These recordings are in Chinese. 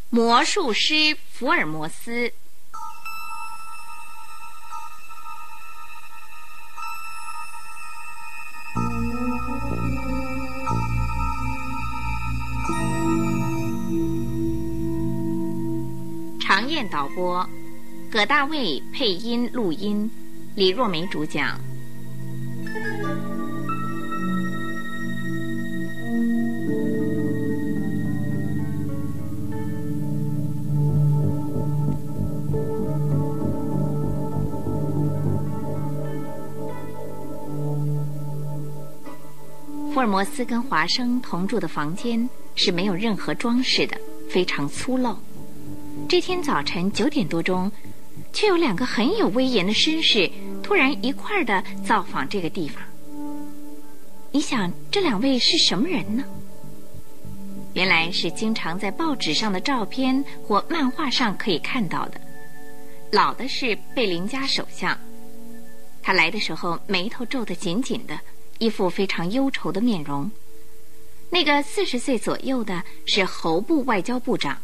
魔术师福尔摩斯。常燕导播，葛大卫配音录音，李若梅主讲。福尔摩斯跟华生同住的房间是没有任何装饰的，非常粗陋。这天早晨9点多钟，却有2个很有威严的绅士突然一块的造访这个地方。你想这2位是什么人呢？原来是经常在报纸上的照片或漫画上可以看到的。老的是贝林加首相，他来的时候眉头皱得紧紧的，一副非常忧愁的面容。那个40岁左右的是侯部外交部长，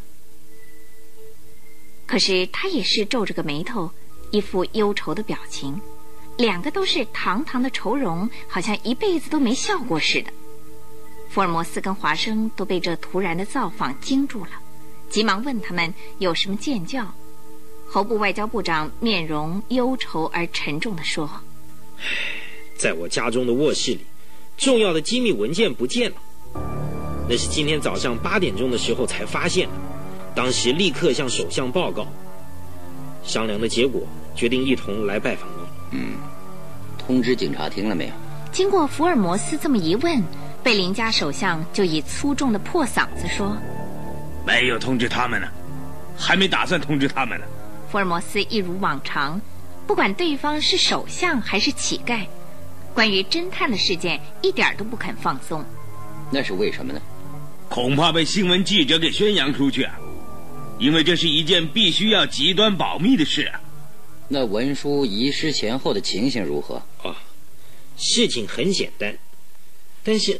可是他也是皱着个眉头，一副忧愁的表情。2个都是堂堂的愁容，好像一辈子都没笑过似的。福尔摩斯跟华生都被这突然的造访惊住了，急忙问他们有什么见教。侯部外交部长面容忧愁而沉重地说： 在我家中的卧室里，重要的机密文件不见了，那是今天早上8点钟的时候才发现的。当时立刻向首相报告，商量的结果决定一同来拜访你。 通知警察厅了没有？ 经过福尔摩斯这么一问，贝林加首相就以粗重的破嗓子说： 没有通知他们呢，还没打算通知他们呢。 福尔摩斯一如往常，不管对方是首相还是乞丐，关于侦探的事件一点都不肯放松。 那是为什么呢？ 恐怕被新闻记者给宣扬出去啊，因为这是一件必须要极端保密的事啊。 那文书遗失前后的情形如何？ 事情很简单，但是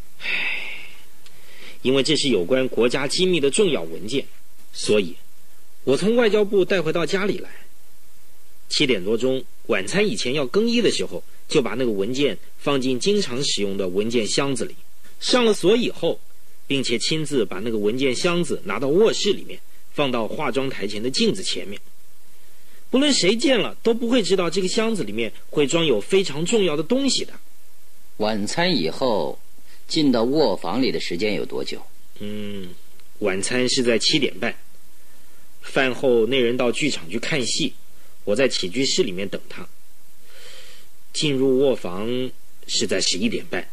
因为这是有关国家机密的重要文件，所以我从外交部带回到家里来。7点多钟晚餐以前要更衣的时候，就把那个文件放进经常使用的文件箱子里，上了锁以后，并且亲自把那个文件箱子拿到卧室里面，放到化妆台前的镜子前面。不论谁见了都不会知道这个箱子里面会装有非常重要的东西的。 晚餐以后进到卧房里的时间有多久？ 晚餐是在7点半，饭后那人到剧场去看戏，我在起居室里面等他。进入卧房是在11点半。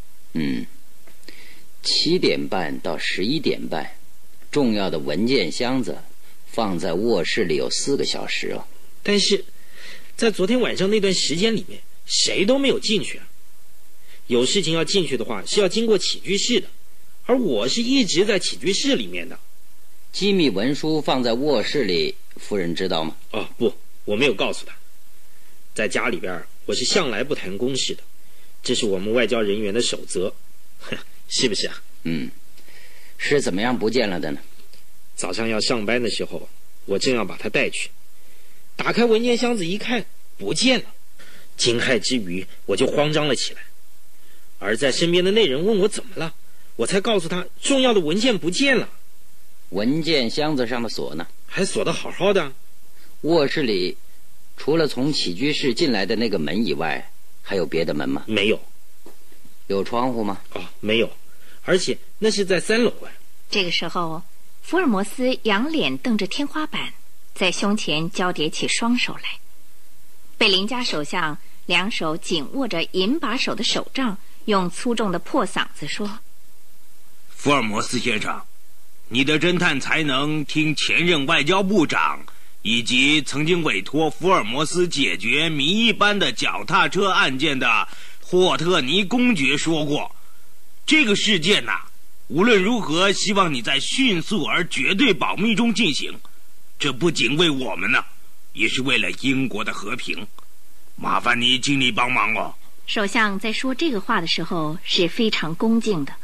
7点半到11点半，重要的文件箱子放在卧室里有4个小时了。 但是在昨天晚上那段时间里面，谁都没有进去啊。有事情要进去的话是要经过起居室的，而我是一直在起居室里面的。 机密文书放在卧室里，夫人知道吗？ 不，我没有告诉她。在家里边我是向来不谈公事的，这是我们外交人员的守则，是不是啊？ 是怎么样不见了的呢？ 早上要上班的时候，我正要把它带去，打开文件箱子一看，不见了。惊骇之余，我就慌张了起来。而在身边的那人问我怎么了，我才告诉他重要的文件不见了。 文件箱子上的锁呢？ 还锁得好好的。 卧室里除了从起居室进来的那个门以外，还有别的门吗？ 没有。 有窗户吗？ 没有，而且那是在3楼啊。 这个时候，福尔摩斯仰脸瞪着天花板，在胸前交叠起双手来。贝林加首相2手紧握着银把手的手杖，用粗重的破嗓子说： 福尔摩斯先生，你的侦探才能听前任外交部长以及曾经委托福尔摩斯解决谜一般的脚踏车案件的霍特尼公爵说过。这个事件无论如何希望你在迅速而绝对保密中进行，这不仅为我们也是为了英国的和平。麻烦你尽力帮忙哦。 首相在说这个话的时候是非常恭敬的，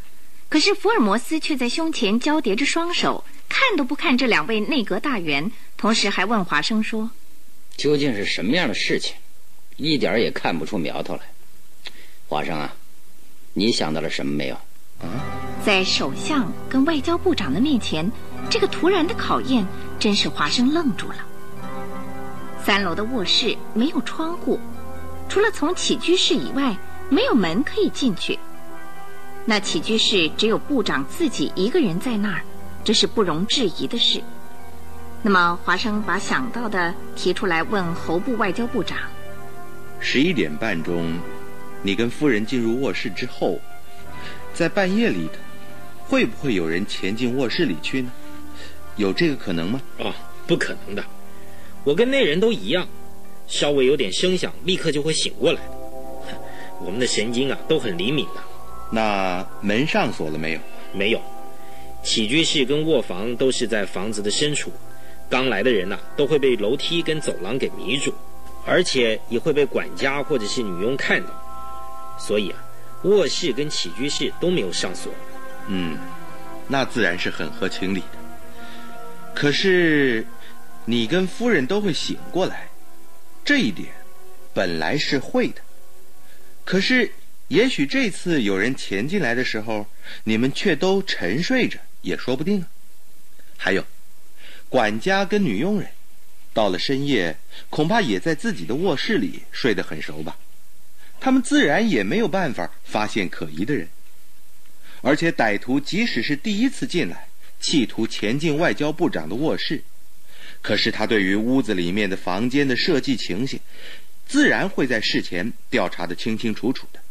可是福尔摩斯却在胸前交叠着双手，看都不看这两位内阁大员，同时还问华生说： 究竟是什么样的事情？一点也看不出苗头来。华生啊，你想到了什么没有？ 在首相跟外交部长的面前，这个突然的考验真是华生愣住了。3楼的卧室没有窗户，除了从起居室以外，没有门可以进去。那起居室只有部长自己一个人在那儿，这是不容置疑的事。那么华生把想到的提出来问侯部外交部长 ：11点半钟，你跟夫人进入卧室之后，在半夜里的，会不会有人潜进卧室里去呢？有这个可能吗？ 不可能的。我跟那人都一样，稍微有点声响，立刻就会醒过来的。我们的神经啊，都很灵敏的。 那门上锁了没有？ 没有。起居室跟卧房都是在房子的深处，刚来的人啊，都会被楼梯跟走廊给迷住，而且也会被管家或者是女佣看到。所以啊，卧室跟起居室都没有上锁。 那自然是很合情理的。可是你跟夫人都会醒过来，这一点本来是会的。可是也许这次有人潜进来的时候，你们却都沉睡着，也说不定啊。还有，管家跟女佣人到了深夜，恐怕也在自己的卧室里睡得很熟吧。他们自然也没有办法发现可疑的人。而且歹徒即使是第一次进来，企图潜进外交部长的卧室，可是他对于屋子里面的房间的设计情形，自然会在事前调查得清清楚楚的。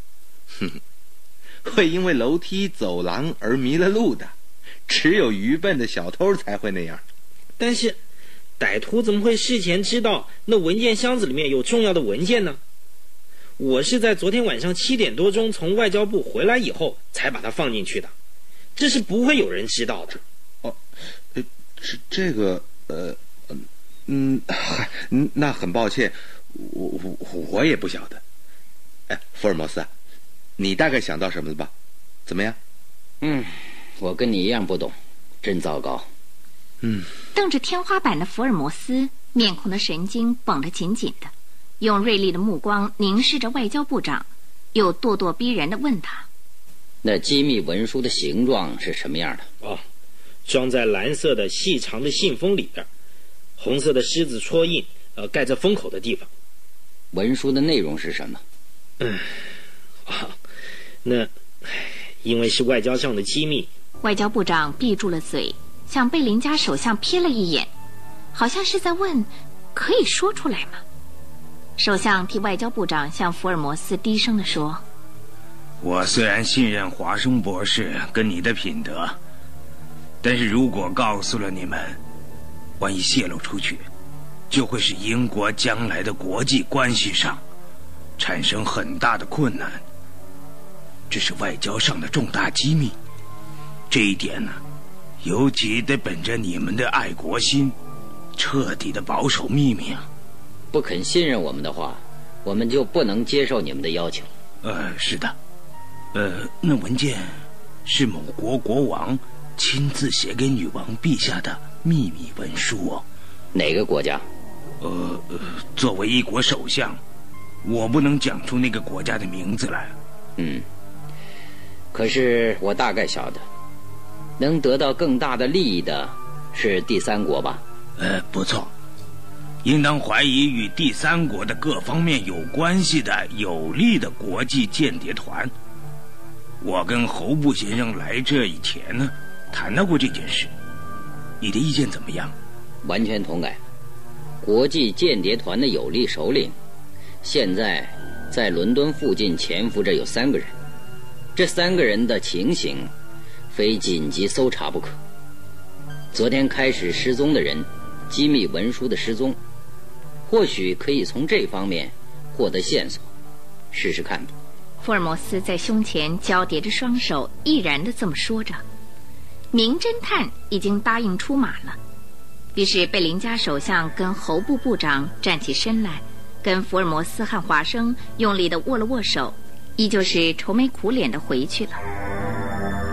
会因为楼梯走廊而迷了路的，只有愚笨的小偷才会那样。 但是歹徒怎么会事前知道那文件箱子里面有重要的文件呢？我是在昨天晚上7点多钟从外交部回来以后才把它放进去的，这是不会有人知道的。 这个那很抱歉，我也不晓得。福尔摩斯啊，你大概想到什么了吧？怎么样？ 我跟你一样不懂，真糟糕。 瞪着天花板的福尔摩斯，面孔的神经绷得紧紧的，用锐利的目光凝视着外交部长，又咄咄逼人地问他： 那机密文书的形状是什么样的？ 装在蓝色的细长的信封里边，红色的狮子戳印盖在封口的地方。 文书的内容是什么？ 那因为是外交上的机密。 外交部长闭住了嘴，向贝林加首相瞥了一眼，好像是在问可以说出来吗？首相替外交部长向福尔摩斯低声地说： 我虽然信任华生博士跟你的品德，但是如果告诉了你们，万一泄露出去，就会使英国将来的国际关系上产生很大的困难。这是外交上的重大机密，这一点呢，尤其得本着你们的爱国心，彻底的保守秘密啊。 不肯信任我们的话，我们就不能接受你们的要求。 是的。那文件是某国国王亲自写给女王陛下的秘密文书哦。 哪个国家？ 作为一国首相，我不能讲出那个国家的名字来。 可是我大概晓得，能得到更大的利益的是第三国吧？ 不错，应当怀疑与第三国的各方面有关系的有利的国际间谍团。我跟侯部先生来这以前呢，谈到过这件事，你的意见怎么样？ 完全同感。国际间谍团的有力首领，现在在伦敦附近潜伏着有3个人，这3个人的情形，非紧急搜查不可。昨天开始失踪的人，机密文书的失踪，或许可以从这方面获得线索，试试看吧。 福尔摩斯在胸前交叠着双手，毅然地这么说着。名侦探已经答应出马了。于是贝林加首相跟侯部部长站起身来，跟福尔摩斯和华生用力地握了握手，依旧是愁眉苦脸地回去了。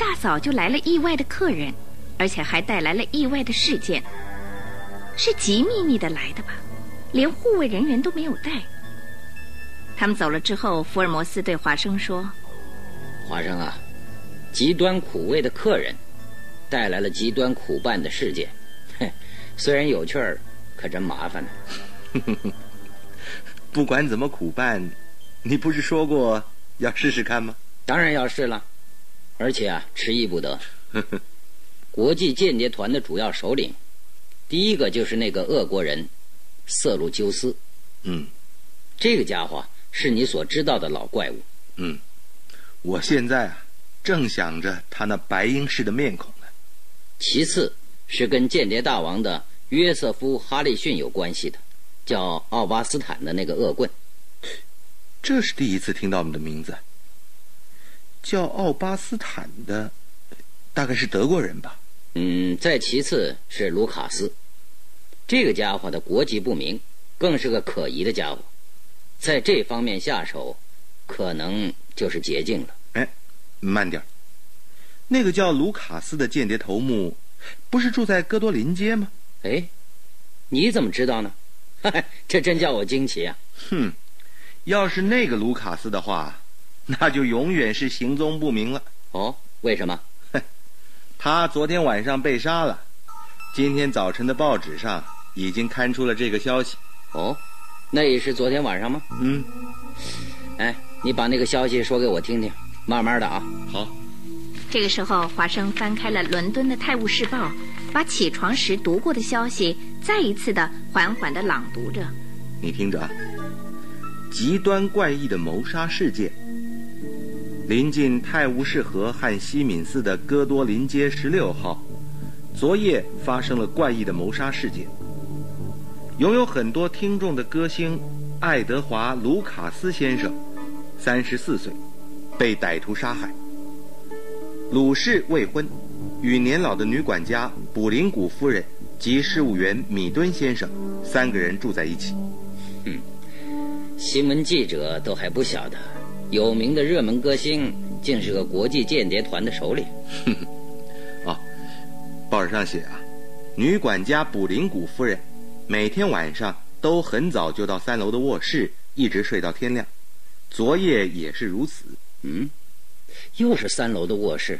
大早就来了意外的客人，而且还带来了意外的事件，是极秘密的来的吧？连护卫人员都没有带。他们走了之后，福尔摩斯对华生说：“ 华生啊，极端苦味的客人带来了极端苦办的事件，虽然有趣儿，可真麻烦呢。 不管怎么苦办，你不是说过要试试看吗？ 当然要试了，而且啊，迟疑不得。国际间谍团的主要首领，第一个就是那个俄国人瑟鲁鸠斯。这个家伙是你所知道的老怪物。 我现在啊，正想着他那白鹰式的面孔呢。 其次是跟间谍大王的约瑟夫·哈利逊有关系的，叫奥巴斯坦的那个恶棍。 这是第一次听到你的名字。叫奥巴斯坦的，大概是德国人吧？ 再其次是卢卡斯。这个家伙的国籍不明，更是个可疑的家伙。在这方面下手，可能就是捷径了。 慢点。那个叫卢卡斯的间谍头目，不是住在哥多林街吗？ 你怎么知道呢？这真叫我惊奇啊！ 要是那个卢卡斯的话，那就永远是行踪不明了。 哦，为什么？ 他昨天晚上被杀了，今天早晨的报纸上已经刊出了这个消息。 哦，那也是昨天晚上吗？你把那个消息说给我听听，慢慢的啊。 好。 这个时候，华生翻开了伦敦的《泰晤士报》，把起床时读过的消息再一次的缓缓的朗读着。 你听着啊，极端怪异的谋杀事件。临近泰晤士河和西敏寺的哥多林街16号，昨夜发生了怪异的谋杀事件。拥有很多听众的歌星爱德华·卢卡斯先生，34岁，被歹徒杀害。鲁氏未婚，与年老的女管家卜林古夫人及事务员米敦先生3个人住在一起。 新闻记者都还不晓得，有名的热门歌星竟是个国际间谍团的首领。 报纸上写啊，女管家卜林古夫人每天晚上都很早就到3楼的卧室，一直睡到天亮。昨夜也是如此。 又是3楼的卧室。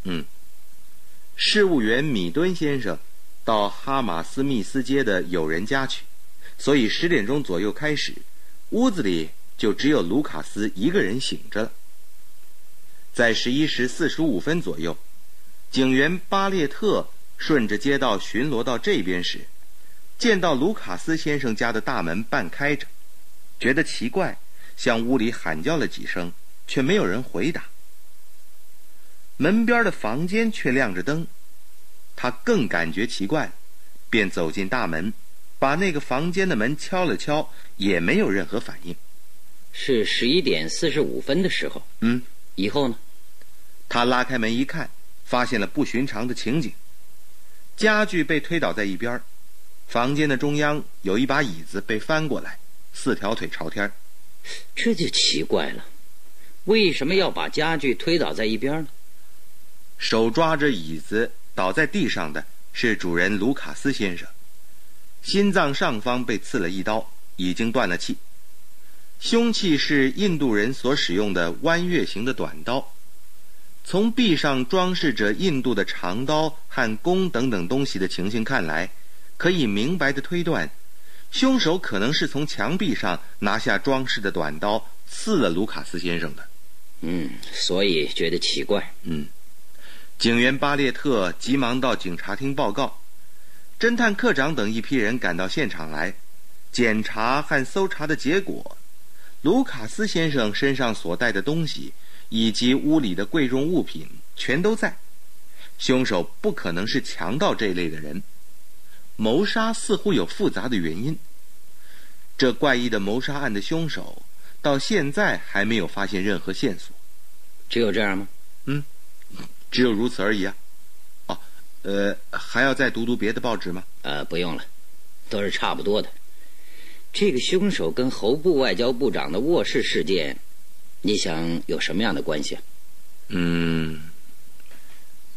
事务员米敦先生到哈马斯密斯街的友人家去，所以10点钟左右开始，屋子里就只有卢卡斯一个人醒着了。在11时45分左右，警员巴列特顺着街道巡逻到这边时，见到卢卡斯先生家的大门半开着，觉得奇怪，向屋里喊叫了几声，却没有人回答。门边的房间却亮着灯，他更感觉奇怪，便走进大门，把那个房间的门敲了敲，也没有任何反应。 是11点45分的时候。以后呢？ 他拉开门一看，发现了不寻常的情景。家具被推倒在一边，房间的中央有一把椅子被翻过来，4条腿朝天。 这就奇怪了，为什么要把家具推倒在一边呢？ 手抓着椅子倒在地上的是主人卢卡斯先生，心脏上方被刺了一刀，已经断了气。凶器是印度人所使用的弯月形的短刀。从壁上装饰着印度的长刀和弓等等东西的情形看来，可以明白地推断，凶手可能是从墙壁上拿下装饰的短刀刺了卢卡斯先生的。 所以觉得奇怪。 警员巴列特急忙到警察厅报告，侦探科长等一批人赶到现场来，检查和搜查的结果，卢卡斯先生身上所带的东西以及屋里的贵重物品全都在。凶手不可能是强盗这一类的人，谋杀似乎有复杂的原因。这怪异的谋杀案的凶手到现在还没有发现任何线索。 只有这样吗？ 只有如此而已啊。还要再读别的报纸吗？ 不用了，都是差不多的。这个凶手跟侯部外交部长的卧室事件，你想有什么样的关系啊？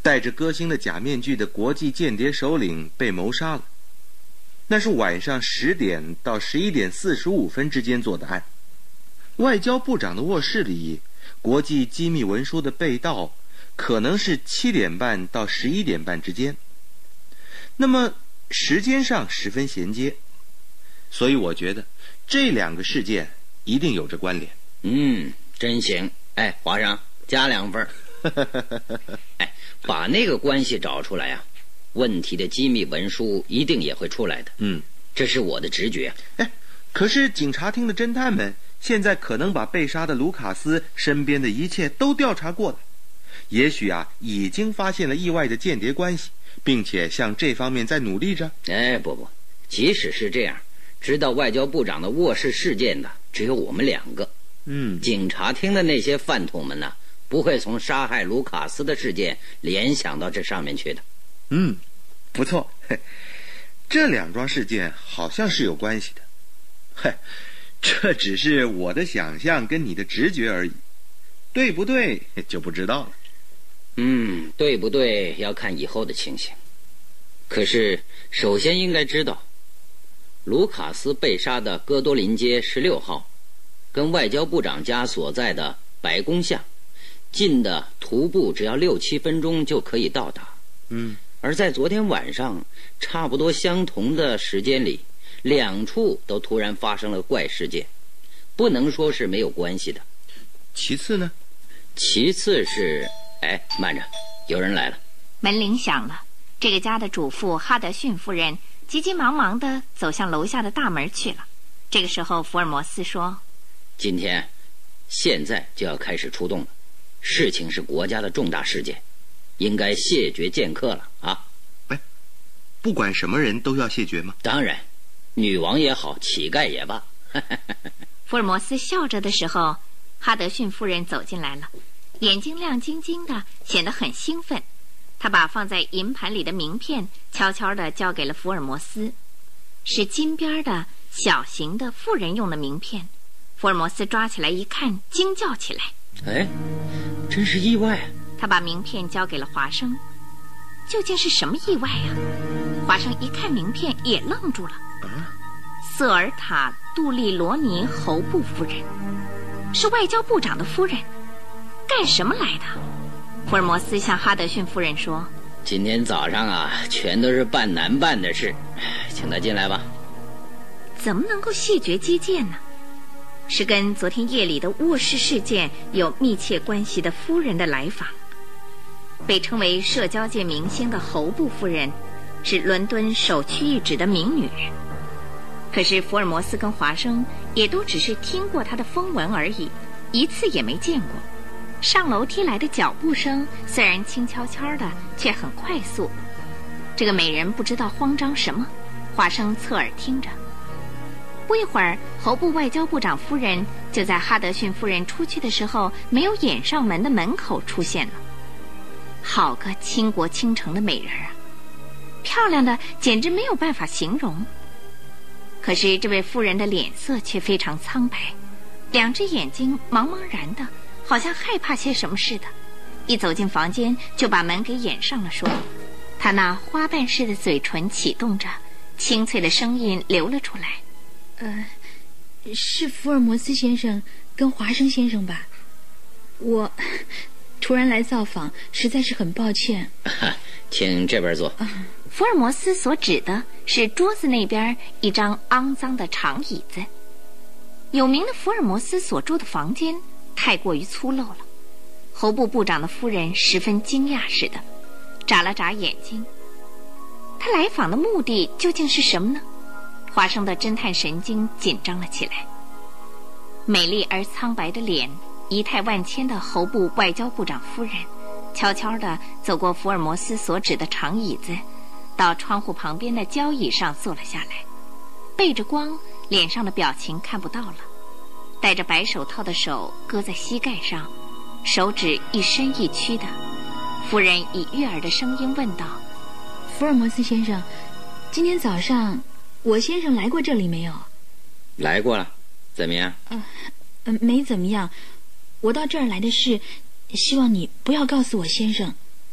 戴着歌星的假面具的国际间谍首领被谋杀了。那是晚上10点到11点45分之间做的案。外交部长的卧室里，国际机密文书的被盗可能是7点半到11点半之间。那么时间上十分衔接，所以我觉得这2个事件一定有着关联。 真行。哎，华生加2分。哎，把那个关系找出来啊，问题的机密文书一定也会出来的。这是我的直觉。 哎，可是警察厅的侦探们现在可能把被杀的卢卡斯身边的一切都调查过了，也许已经发现了意外的间谍关系，并且向这方面在努力着。 哎，不，即使是这样，知道外交部长的卧室事件的只有我们2个。警察厅的那些饭桶们呢，不会从杀害卢卡斯的事件联想到这上面去的。 不错，这2桩事件好像是有关系的。这只是我的想象跟你的直觉而已，对不对就不知道了。 对不对要看以后的情形。可是首先应该知道，卢卡斯被杀的哥多林街16号跟外交部长家所在的白宫巷近的徒步只要6-7分钟就可以到达。而在昨天晚上差不多相同的时间里，2处都突然发生了怪事件，不能说是没有关系的。 其次呢？ 其次是，慢着，有人来了。 门铃响了，这个家的主妇哈德逊夫人急急忙忙地走向楼下的大门去了。这个时候福尔摩斯说， 现在就要开始出动了，事情是国家的重大事件，应该谢绝见客了啊！ 不管什么人都要谢绝吗？ 当然，女王也好，乞丐也罢。 福尔摩斯笑着的时候，哈德逊夫人走进来了，眼睛亮晶晶的，显得很兴奋。她把放在银盘里的名片悄悄地交给了福尔摩斯，是金边的小型的妇人用的名片。福尔摩斯抓起来一看，惊叫起来。 真是意外。 他把名片交给了华生。究竟是什么意外呀？华生一看名片也愣住了。瑟尔塔·杜利罗尼侯布夫人，是外交部长的夫人，干什么来的？福尔摩斯向哈德逊夫人说， 今天早上全都是办难办的事，请他进来吧。 怎么能够谢绝接见呢？是跟昨天夜里的卧室事件有密切关系的夫人的来访。被称为社交界明星的侯布夫人是伦敦首屈一指的名女人，可是福尔摩斯跟华生也都只是听过她的风闻而已，一次也没见过。上楼梯来的脚步声虽然轻悄悄的，却很快速。这个美人不知道慌张什么，华生侧耳听着。不一会儿，侯布外交部长夫人就在哈德逊夫人出去的时候没有掩上门的门口出现了。好个倾国倾城的美人啊，漂亮的简直没有办法形容。可是这位夫人的脸色却非常苍白，2只眼睛茫茫然的，好像害怕些什么似的。一走进房间就把门给掩上了，说，她那花瓣似的嘴唇启动着，清脆的声音流了出来。 是福尔摩斯先生跟华生先生吧？我突然来造访，实在是很抱歉。 请这边坐。 福尔摩斯所指的是桌子那边一张肮脏的长椅子。有名的福尔摩斯所住的房间太过于粗陋了。侯部部长的夫人十分惊讶似的，眨了眨眼睛。他来访的目的究竟是什么呢？华生的侦探神经紧张了起来。美丽而苍白的脸，仪态万千的侯部外交部长夫人悄悄地走过福尔摩斯所指的长椅子，到窗户旁边的交椅上坐了下来，背着光，脸上的表情看不到了。戴着白手套的手搁在膝盖上，手指一伸一屈的。夫人以悦耳的声音问道： 福尔摩斯先生，今天早上我先生来过这里没有？ 来过了，怎么样？ 没怎么样。我到这儿来的事，希望你不要告诉我先生。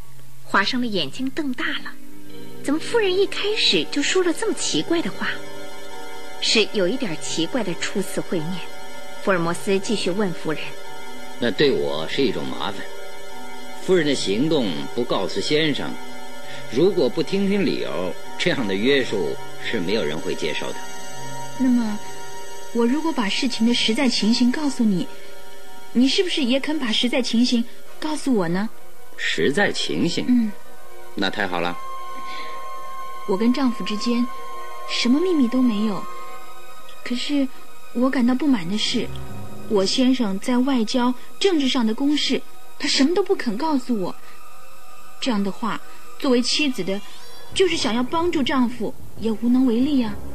华生的眼睛瞪大了，怎么夫人一开始就说了这么奇怪的话？是有一点奇怪的初次会面。福尔摩斯继续问夫人： 那对我是一种麻烦。夫人的行动不告诉先生，如果不听听理由，这样的约束是没有人会接受的。 那么我如果把事情的实在情形告诉你，你是不是也肯把实在情形告诉我呢？ 实在情形？那太好了。 我跟丈夫之间什么秘密都没有，可是我感到不满的是，我先生在外交政治上的公事他什么都不肯告诉我。这样的话，作为妻子的就是想要帮助丈夫也无能为力啊。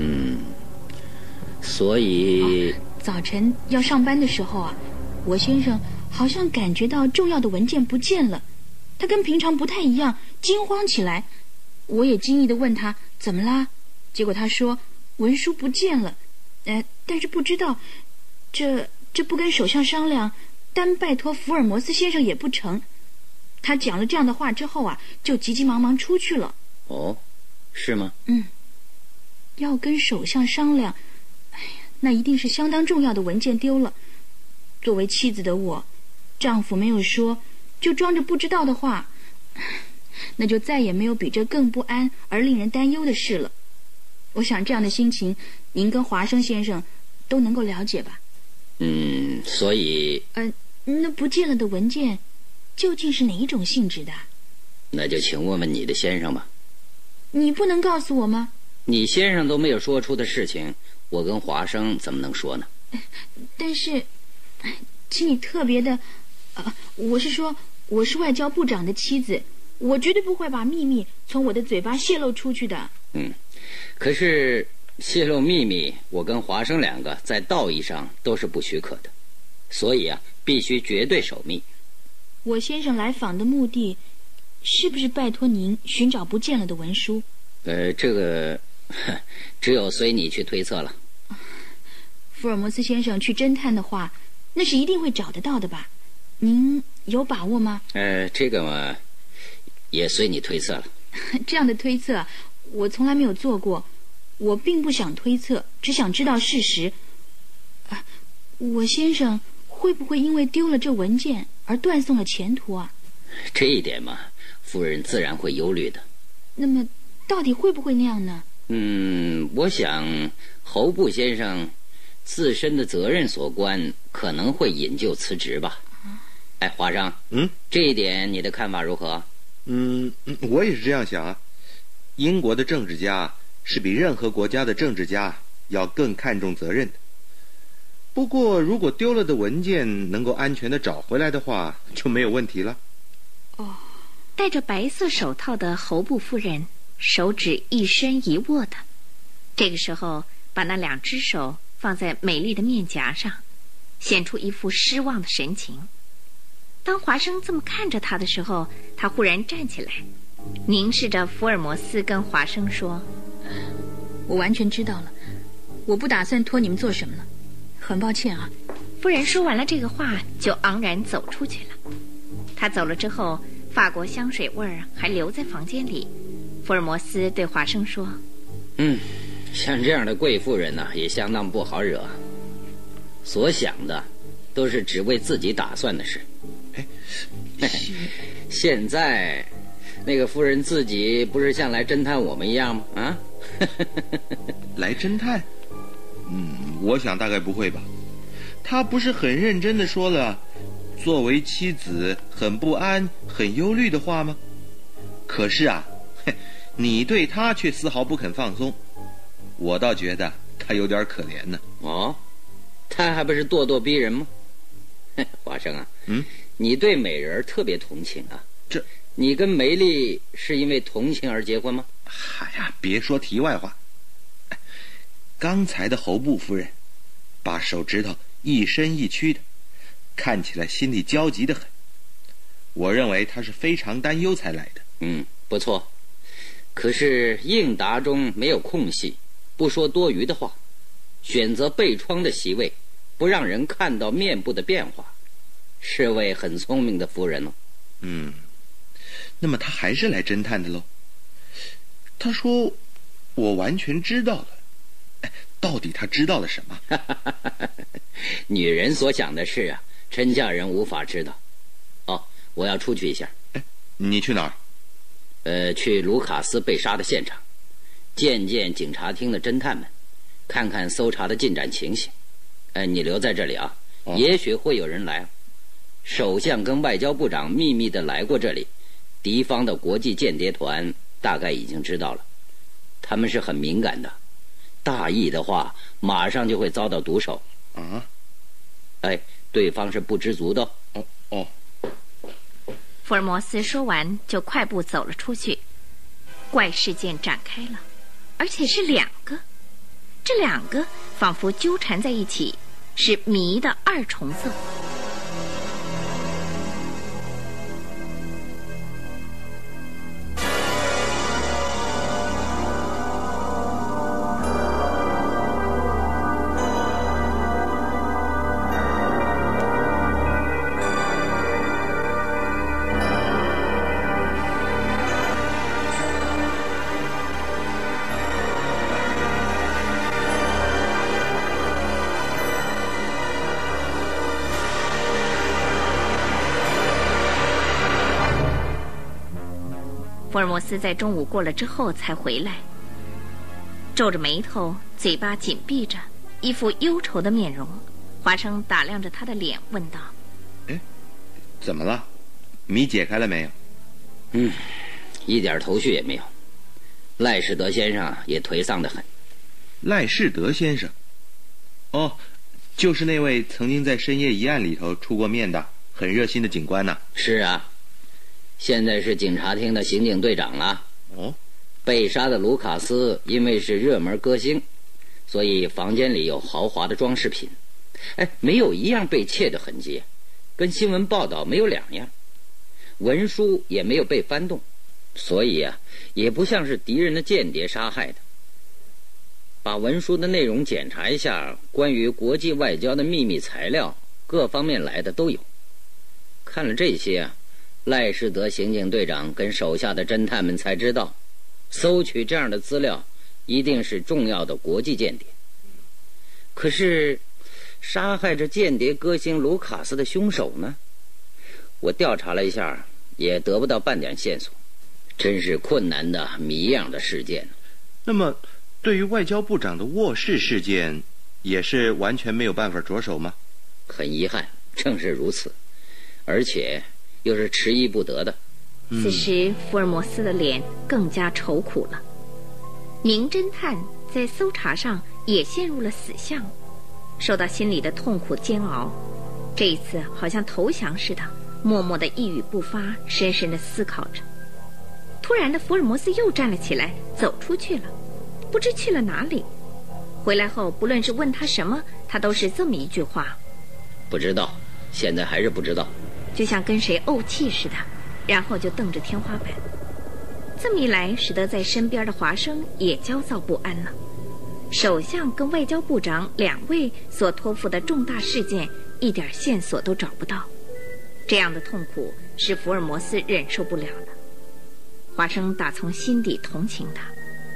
所以早晨要上班的时候啊，我先生好像感觉到重要的文件不见了，他跟平常不太一样，惊慌起来。我也惊异地问他怎么啦，结果他说文书不见了，但是不知道，这不跟首相商量，单拜托福尔摩斯先生也不成。他讲了这样的话之后啊，就急急忙忙出去了。 哦，是吗？ 要跟首相商量，那一定是相当重要的文件丢了。作为妻子的我，丈夫没有说，就装着不知道的话，那就再也没有比这更不安而令人担忧的事了。我想这样的心情，您跟华生先生都能够了解吧？ 所以那不见了的文件究竟是哪一种性质的？ 那就请问问你的先生吧。 你不能告诉我吗？ 你先生都没有说出的事情，我跟华生怎么能说呢？ 但是请你特别的我是说，我是外交部长的妻子，我绝对不会把秘密从我的嘴巴泄露出去的。 可是泄露秘密，我跟华生两个在道义上都是不许可的，所以必须绝对守密。 我先生来访的目的是不是拜托您寻找不见了的文书？ 这个只有随你去推测了。 福尔摩斯先生去侦探的话，那是一定会找得到的吧？您有把握吗？ 这个嘛，也随你推测了。 这样的推测我从来没有做过，我并不想推测，只想知道事实。我先生会不会因为丢了这文件而断送了前途啊？ 这一点嘛，夫人自然会忧虑的。 那么到底会不会那样呢？ 我想侯布先生自身的责任所关，可能会引咎辞职吧。华生，这一点你的看法如何？ 我也是这样想啊。英国的政治家是比任何国家的政治家要更看重责任的。不过如果丢了的文件能够安全地找回来的话，就没有问题了。 戴着白色手套的侯布夫人手指一伸一握的，这个时候把那两只手放在美丽的面颊上，显出一副失望的神情。当华生这么看着他的时候，他忽然站起来，凝视着福尔摩斯，跟华生说： 我完全知道了，我不打算托你们做什么了，很抱歉啊。 夫人说完了这个话，就昂然走出去了。他走了之后，法国香水味儿还留在房间里。福尔摩斯对华生说： 像这样的贵妇人呢，也相当不好惹，所想的都是只为自己打算的事。现在那个夫人自己不是像来侦探我们一样吗？ 来侦探？我想大概不会吧。她不是很认真地说了作为妻子很不安很忧虑的话吗？可是你对她却丝毫不肯放松，我倒觉得她有点可怜呢。 她还不是咄咄逼人吗？华生啊，你对美人特别同情啊。你跟梅丽是因为同情而结婚吗？ 别说题外话。刚才的侯布夫人把手指头一伸一屈的，看起来心里焦急得很。我认为她是非常担忧才来的。 不错。可是应答中没有空隙，不说多余的话，选择背窗的席位，不让人看到面部的变化，是位很聪明的夫人了。 那么他还是来侦探的喽。他说我完全知道了。到底他知道了什么？ 女人所想的事啊，真叫人无法知道。哦，我要出去一下。 你去哪儿？去卢卡斯被杀的现场，见见警察厅的侦探们，看看搜查的进展情形。你留在这里啊，也许会有人来。首相跟外交部长秘密的来过这里，敌方的国际间谍团大概已经知道了，他们是很敏感的。大意的话，马上就会遭到毒手。对方是不知足的。 福尔摩斯说完，就快步走了出去。怪事件展开了，而且是2个，这2个仿佛纠缠在一起，是谜的2重奏。福尔摩斯在中午过了之后才回来，皱着眉头，嘴巴紧闭着，一副忧愁的面容。华生打量着他的脸，问道： 怎么了？谜解开了没有？ 一点头绪也没有。赖士德先生也颓丧得很。 赖士德先生？就是那位曾经在深夜疑案里头出过面的很热心的警官呐。 是啊，现在是警察厅的刑警队长了。被杀的卢卡斯因为是热门歌星，所以房间里有豪华的装饰品，没有一样被窃的痕迹，跟新闻报道没有两样。文书也没有被翻动，所以也不像是敌人的间谍杀害的。把文书的内容检查一下，关于国际外交的秘密材料，各方面来的都有。看了这些赖士德刑警队长跟手下的侦探们才知道，搜取这样的资料一定是重要的国际间谍。可是杀害这间谍歌星卢卡斯的凶手呢？我调查了一下，也得不到半点线索，真是困难的谜一样的事件。 那么对于外交部长的卧室事件，也是完全没有办法着手吗？ 很遗憾，正是如此，而且又是迟疑不得的。 此时福尔摩斯的脸更加愁苦了。名侦探在搜查上也陷入了死相，受到心里的痛苦煎熬。这一次好像投降似的，默默的一语不发，深深的思考着。突然的，福尔摩斯又站了起来，走出去了，不知去了哪里。回来后，不论是问他什么，他都是这么一句话： 不知道，现在还是不知道。 就像跟谁怄气似的，然后就瞪着天花板。这么一来，使得在身边的华生也焦躁不安了。首相跟外交部长两位所托付的重大事件，一点线索都找不到。这样的痛苦使福尔摩斯忍受不了了。华生打从心底同情他。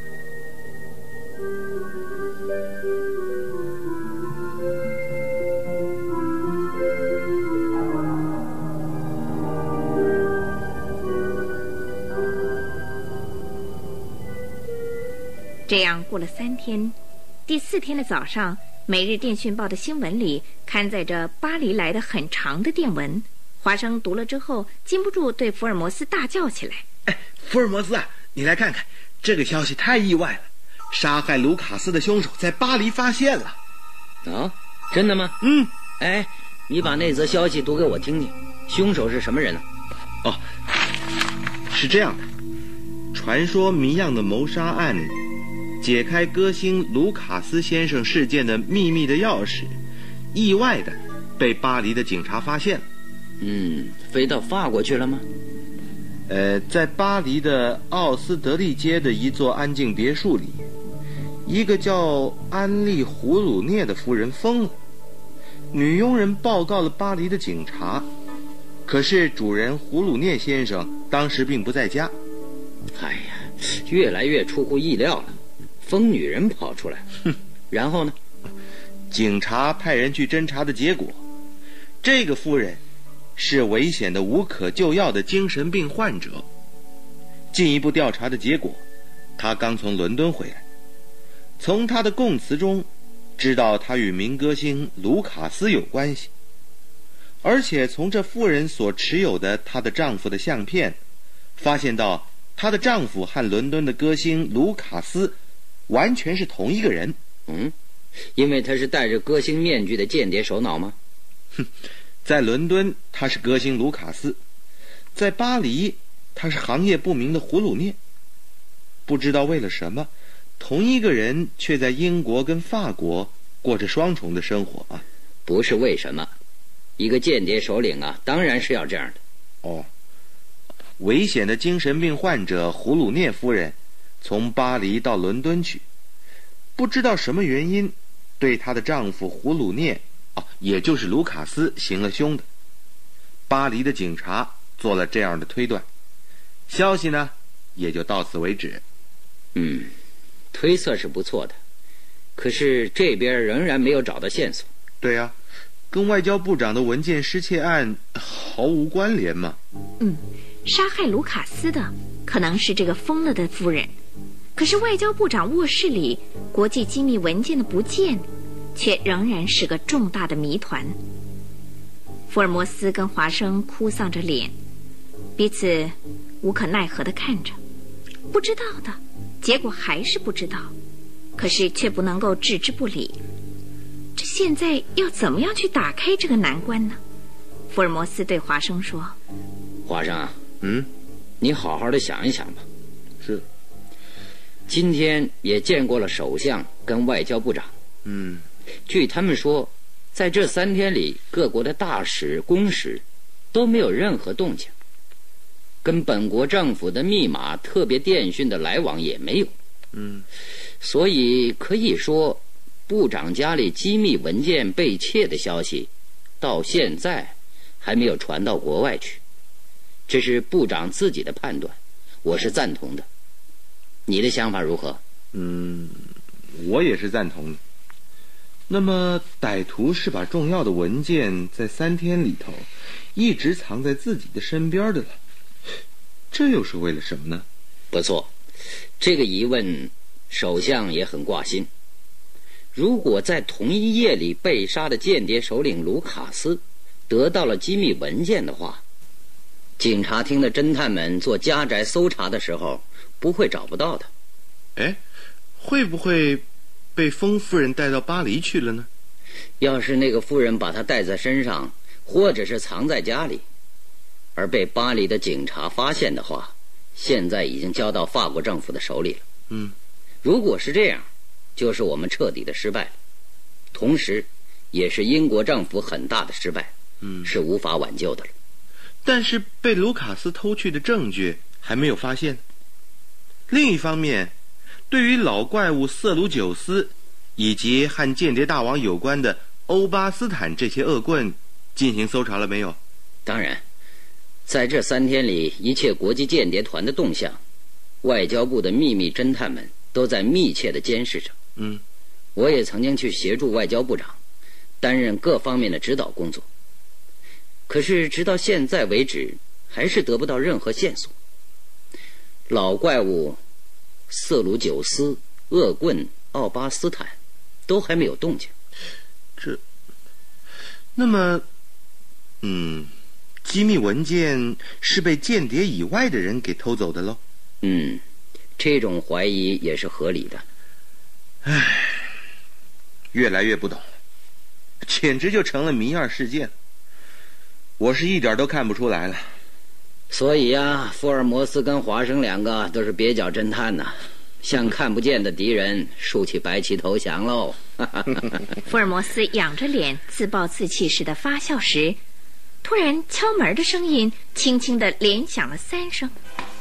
这样过了3天，第4天的早上，《每日电讯报》的新闻里刊载着巴黎来的很长的电文。华生读了之后，禁不住对福尔摩斯大叫起来： 福尔摩斯啊，你来看看，这个消息太意外了！杀害卢卡斯的凶手在巴黎发现了。 真的吗？你把那则消息读给我听听。凶手是什么人呢？ 是这样的，传说谜样的谋杀案，解开歌星卢卡斯先生事件的秘密的钥匙，意外的被巴黎的警察发现了。 飞到法国去了吗？ 在巴黎的奥斯德利街的一座安静别墅里，一个叫安利胡鲁涅的夫人疯了。女佣人报告了巴黎的警察， 可是主人胡鲁涅先生当时并不在家。 哎呀，越来越出乎意料了，疯女人跑出来。然后呢？ 警察派人去侦查的结果，这个夫人是危险的无可救药的精神病患者。进一步调查的结果，她刚从伦敦回来，从她的供词中知道她与名歌星卢卡斯有关系，而且从这妇人所持有的她的丈夫的相片，发现到她的丈夫和伦敦的歌星卢卡斯完全是同一个人。 因为他是戴着歌星面具的间谍首脑吗？ 在伦敦他是歌星卢卡斯，在巴黎他是行业不明的胡鲁涅。不知道为了什么，同一个人却在英国跟法国过着双重的生活啊！ 不是为什么，一个间谍首领啊，当然是要这样的。 危险的精神病患者胡鲁涅夫人从巴黎到伦敦去，不知道什么原因对她的丈夫胡鲁涅也就是卢卡斯行了凶的。巴黎的警察做了这样的推断，消息呢也就到此为止。 推测是不错的，可是这边仍然没有找到线索。 对啊，跟外交部长的文件失窃案毫无关联嘛。 杀害卢卡斯的可能是这个疯了的夫人，可是外交部长卧室里国际机密文件的不见，却仍然是个重大的谜团。福尔摩斯跟华生哭丧着脸，彼此无可奈何地看着。不知道的结果还是不知道，可是却不能够置之不理。这现在要怎么样去打开这个难关呢？福尔摩斯对华生说： 华生啊，你好好的想一想吧。 是。 今天也见过了首相跟外交部长。据他们说，在这3天里，各国的大使、公使都没有任何动静，跟本国政府的密码特别电讯的来往也没有。所以可以说，部长家里机密文件被窃的消息，到现在还没有传到国外去。这是部长自己的判断，我是赞同的。你的想法如何？ 我也是赞同的。那么歹徒是把重要的文件在3天里头一直藏在自己的身边的了，这又是为了什么呢？ 不错，这个疑问首相也很挂心。如果在同一夜里被杀的间谍首领卢卡斯得到了机密文件的话，警察厅的侦探们做家宅搜查的时候不会找不到的。 会不会被疯夫人带到巴黎去了呢？ 要是那个夫人把他带在身上，或者是藏在家里，而被巴黎的警察发现的话，现在已经交到法国政府的手里了。如果是这样，就是我们彻底的失败了，同时也是英国政府很大的失败，是无法挽救的了。 但是被卢卡斯偷去的证据还没有发现。另一方面，对于老怪物瑟鲁久斯以及和间谍大王有关的欧巴斯坦这些恶棍进行搜查了没有？ 当然，在这3天里，一切国际间谍团的动向，外交部的秘密侦探们都在密切地监视着。我也曾经去协助外交部长，担任各方面的指导工作。可是直到现在为止，还是得不到任何线索。老怪物瑟鲁久斯、恶棍奥巴斯坦都还没有动静。 那么机密文件是被间谍以外的人给偷走的喽？ 这种怀疑也是合理的。 越来越不懂了，简直就成了谜二事件。我是一点都看不出来了。 所以啊，福尔摩斯跟华生2个都是蹩脚侦探呐，向看不见的敌人竖起白旗投降喽。 福尔摩斯仰着脸自暴自弃似的发笑时，突然敲门的声音轻轻地连响了3声。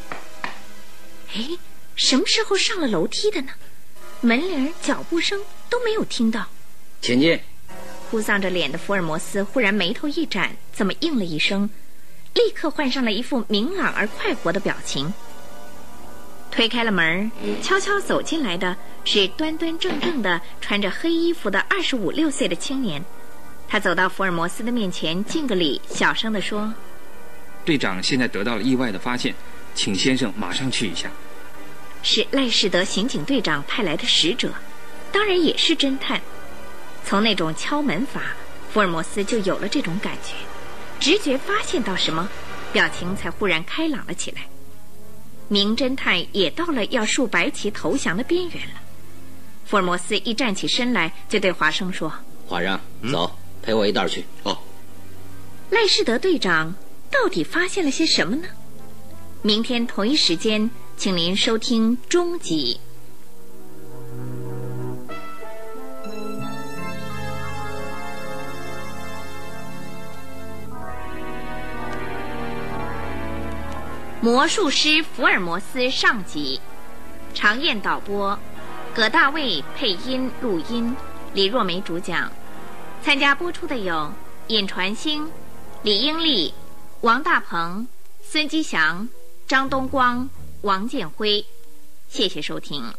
什么时候上了楼梯的呢？门铃、脚步声都没有听到。 请进。 哭丧着脸的福尔摩斯忽然眉头一展，这么应了一声， 立刻换上了一副明朗而快活的表情。推开了门，悄悄走进来的是端端正正的穿着黑衣服的25、26岁的青年。他走到福尔摩斯的面前，敬个礼，小声地说：“ 队长现在得到了意外的发现，请先生马上去一下。” 是赖士德刑警队长派来的使者，当然也是侦探。从那种敲门法，福尔摩斯就有了这种感觉，直觉发现到什么，表情才忽然开朗了起来。名侦探也到了要竖白旗投降的边缘了。福尔摩斯一站起身来，就对华生说：“ 华生，走，陪我一道去。” 哦。 赖士德队长到底发现了些什么呢？明天同一时间，请您收听终集。魔术师福尔摩斯上集，常燕导播，葛大卫配音录音，李若梅主讲。参加播出的有尹传星、李英利、王大鹏、孙基祥、张东光、王建辉。谢谢收听。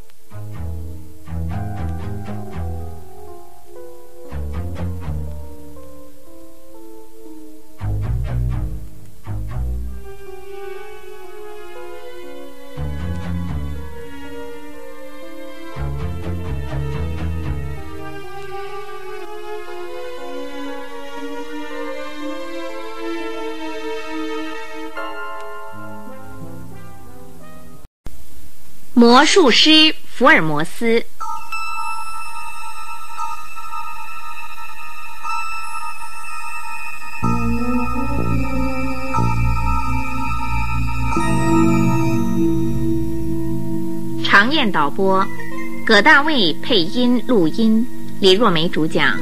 魔术师福尔摩斯。常燕导播，葛大卫配音录音，李若梅主讲。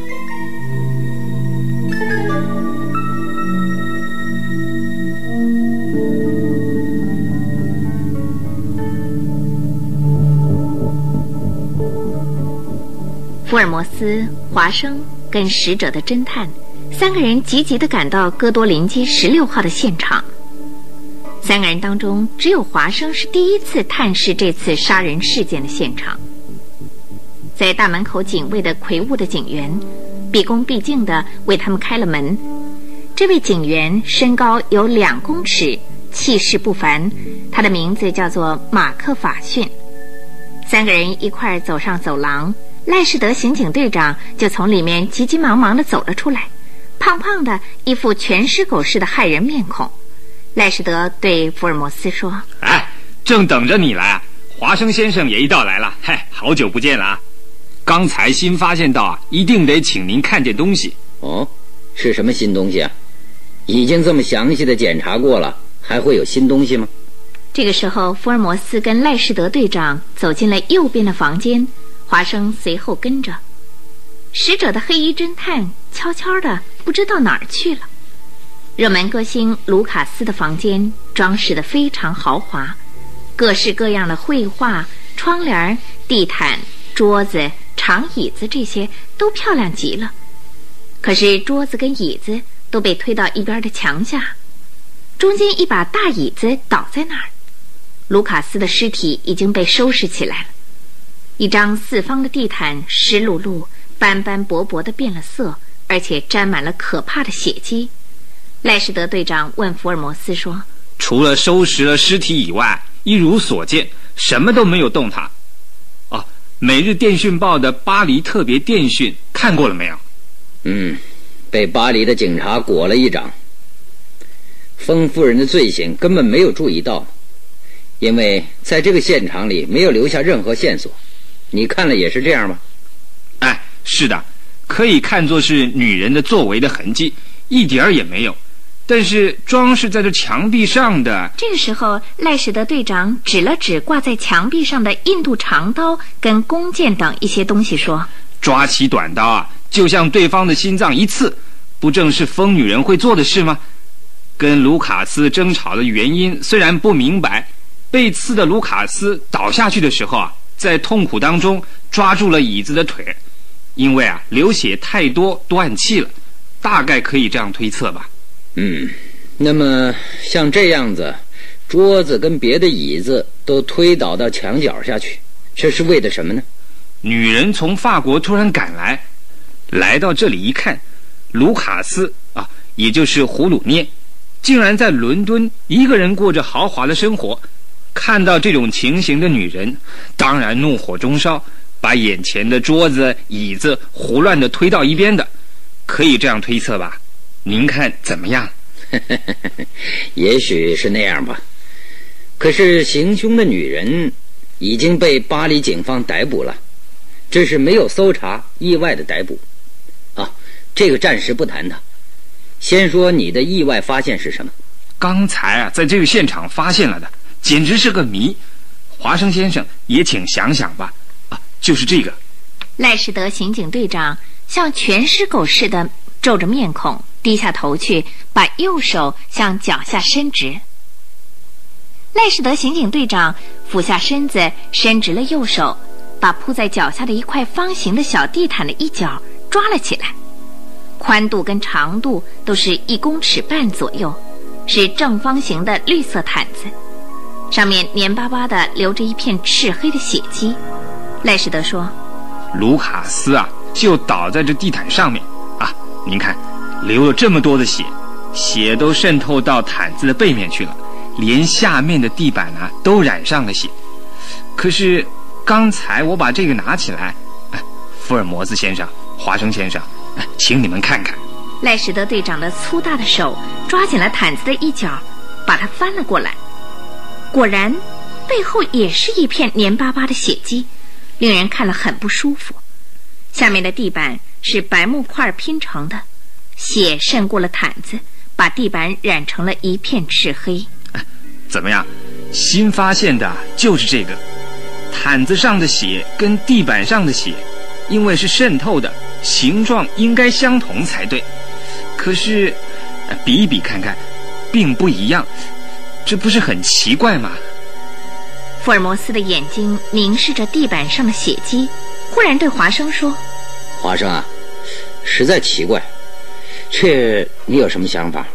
福尔摩斯、华生跟使者的侦探三个人急急地赶到哥多林街16号的现场。三个人当中，只有华生是第一次探视这次杀人事件的现场。在大门口警卫的魁梧的警员毕恭毕敬地为他们开了门。这位警员身高有2公尺，气势不凡，他的名字叫做马克法逊。三个人一块走上走廊，赖士德刑警队长就从里面急急忙忙地走了出来，胖胖的，一副全尸狗似的骇人面孔。赖士德对福尔摩斯说：“ 哎，正等着你来啊！华生先生也一道来了，嗨，好久不见了啊！刚才新发现到啊，一定得请您看见东西。” 哦，是什么新东西啊？已经这么详细的检查过了，还会有新东西吗？ 这个时候，福尔摩斯跟赖士德队长走进了右边的房间，华生随后跟着。使者的黑衣侦探悄悄的不知道哪儿去了。热门歌星卢卡斯的房间装饰得非常豪华，各式各样的绘画、窗帘、地毯、桌子、长椅子，这些都漂亮极了。可是桌子跟椅子都被推到一边的墙下，中间一把大椅子倒在那儿。卢卡斯的尸体已经被收拾起来了，一张四方的地毯湿漉漉、斑斑驳驳地变了色，而且沾满了可怕的血迹。赖士德队长问福尔摩斯说：“ 除了收拾了尸体以外，一如所见，什么都没有动它。哦，每日电讯报的巴黎特别电讯看过了没有？”“ 被巴黎的警察裹了一掌。封夫人的罪行根本没有注意到，因为在这个现场里没有留下任何线索。你看了也是这样吗？”“ 哎，是的，可以看作是女人的作为的痕迹，一点儿也没有。但是装饰在这墙壁上的……” 这个时候，赖士德队长指了指挂在墙壁上的印度长刀跟弓箭等一些东西，说：“ 抓起短刀啊，就向对方的心脏一刺，不正是疯女人会做的事吗？跟卢卡斯争吵的原因虽然不明白，被刺的卢卡斯倒下去的时候啊，在痛苦当中抓住了椅子的腿，因为啊流血太多断气了，大概可以这样推测吧。” 那么像这样子，桌子跟别的椅子都推倒到墙角下去，这是为了什么呢？ 女人从法国突然赶来，来到这里一看，卢卡斯啊，也就是胡鲁涅，竟然在伦敦一个人过着豪华的生活。看到这种情形的女人，当然怒火中烧，把眼前的桌子、椅子胡乱地推到一边的，可以这样推测吧？您看怎么样？ 也许是那样吧。可是行凶的女人已经被巴黎警方逮捕了，这是没有搜查，意外的逮捕。这个暂时不谈它。先说你的意外发现是什么？ 刚才在这个现场发现了的，简直是个谜。华生先生也请想想吧。就是这个。 赖士德刑警队长像全尸狗似的皱着面孔，低下头去，把右手向脚下伸直。赖士德刑警队长俯下身子，伸直了右手，把铺在脚下的一块方形的小地毯的一角抓了起来，宽度跟长度都是1.5公尺左右，是正方形的绿色毯子，上面黏巴巴的留着一片赤黑的血迹。赖士德说：“ 卢卡斯就倒在这地毯上面您看，流了这么多的血，血都渗透到毯子的背面去了，连下面的地板都染上了血。可是刚才我把这个拿起来，福尔摩斯先生、华生先生，请你们看看。” 赖士德队长的粗大的手抓紧了毯子的一角，把它翻了过来。果然，背后也是一片黏巴巴的血迹，令人看了很不舒服。下面的地板是白木块拼成的，血渗过了毯子，把地板染成了一片赤黑。 怎么样？新发现的就是这个。毯子上的血跟地板上的血，因为是渗透的，形状应该相同才对。可是比一比看看，并不一样，这不是很奇怪吗？ 福尔摩斯的眼睛凝视着地板上的血迹，忽然对华生说：“ 华生实在奇怪，你有什么想法？”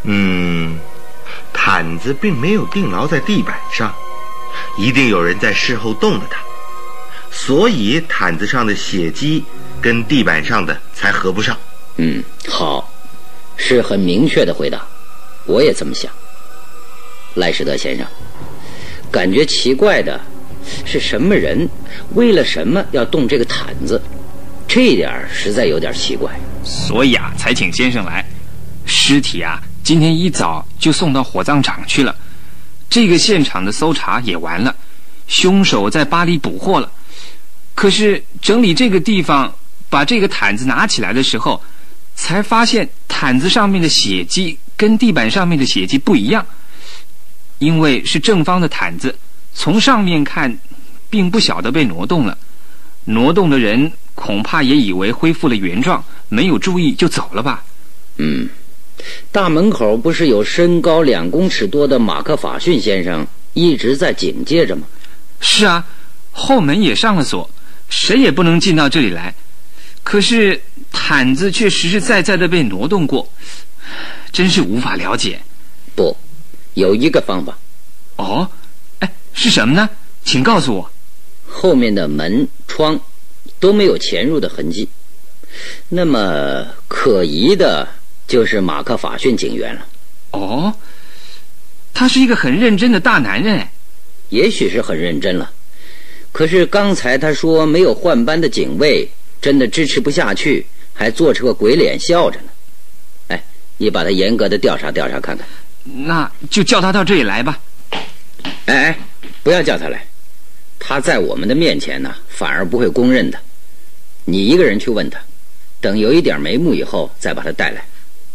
毯子并没有钉牢在地板上，一定有人在事后动了它，所以毯子上的血迹跟地板上的才合不上。 好，是很明确的回答，我也这么想。赖士德先生，感觉奇怪的是什么人为了什么要动这个毯子，这一点实在有点奇怪。 所以才请先生来。尸体今天一早就送到火葬场去了，这个现场的搜查也完了，凶手在巴黎捕获了。可是整理这个地方，把这个毯子拿起来的时候，才发现毯子上面的血迹跟地板上面的血迹不一样。因为是正方的毯子，从上面看并不晓得被挪动了，挪动的人恐怕也以为恢复了原状，没有注意就走了吧。 大门口不是有身高2公尺多的马克法逊先生一直在警戒着吗？ 是后门也上了锁，谁也不能进到这里来。可是毯子却实实在在的被挪动过，真是无法了解。 不，有一个方法。 是什么呢？请告诉我。 后面的门窗都没有潜入的痕迹，那么可疑的就是马克法逊警员了。 他是一个很认真的大男人。 也许是很认真了，可是刚才他说没有换班的警卫真的支持不下去，还做出个鬼脸笑着呢。你把他严格的调查调查看看。 那就叫他到这里来吧。 不要叫他来，他在我们的面前反而不会公认的。你一个人去问他，等有一点眉目以后再把他带来。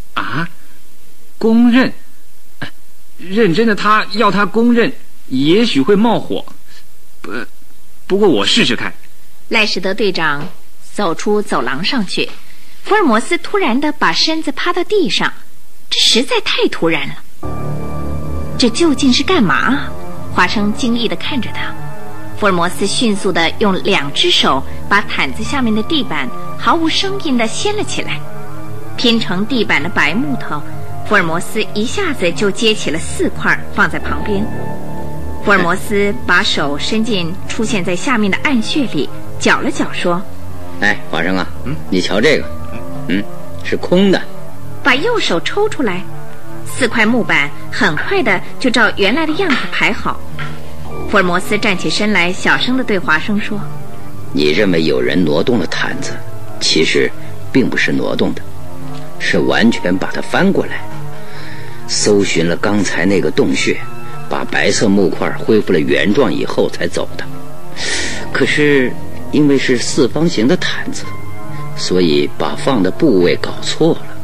公认？认真的他要他公认，也许会冒火。不过我试试看。 赖士德队长走出走廊上去，福尔摩斯突然的把身子趴到地上，这实在太突然了。这究竟是干嘛？华生惊异地看着他。福尔摩斯迅速地用2只手把毯子下面的地板毫无声音地掀了起来，拼成地板的白木头福尔摩斯一下子就接起了4块放在旁边。福尔摩斯把手伸进出现在下面的暗穴里，搅了搅，说：“ 哎，华生啊，你瞧这个，是空的。” 把右手抽出来，4块木板很快的就照原来的样子排好。福尔摩斯站起身来，小声的对华生说：“ 你认为有人挪动了毯子，其实并不是挪动的，是完全把它翻过来，搜寻了刚才那个洞穴，把白色木块恢复了原状以后才走的。可是因为是4方形的毯子，所以把放的部位搞错了。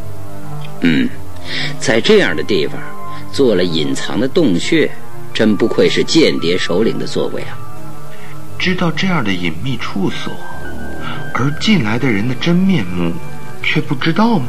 在这样的地方做了隐藏的洞穴，真不愧是间谍首领的作为啊！ 知道这样的隐秘处所，而进来的人的真面目却不知道吗？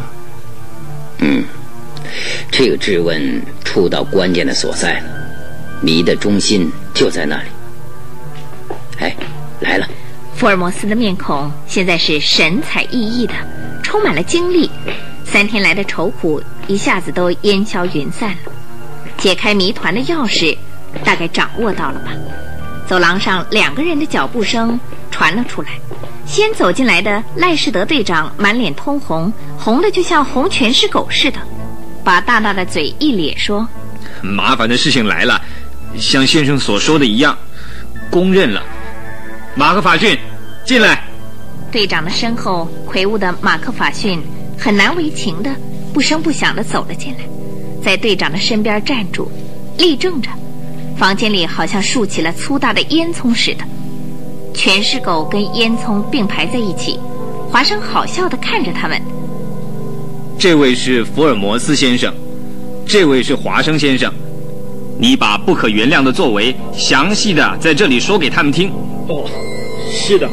这个质问触到关键的所在了，谜的中心就在那里。哎，来了！ 福尔摩斯的面孔现在是神采奕奕的，充满了精力，3天来的愁苦一下子都烟消云散了。解开谜团的钥匙大概掌握到了吧。走廊上2个人的脚步声传了出来，先走进来的赖士德队长满脸通红，红的就像红拳师狗似的，把大大的嘴一咧说：“ 麻烦的事情来了，像先生所说的一样，公认了。马克法逊，进来。” 队长的身后魁梧的马克法逊很难为情的不声不响地走了进来，在队长的身边站住，立正着。房间里好像竖起了粗大的烟囱似的，全尸狗跟烟囱并排在一起。华生好笑地看着他们。 这位是福尔摩斯先生，这位是华生先生。你把不可原谅的作为详细的在这里说给他们听。 哦，是的。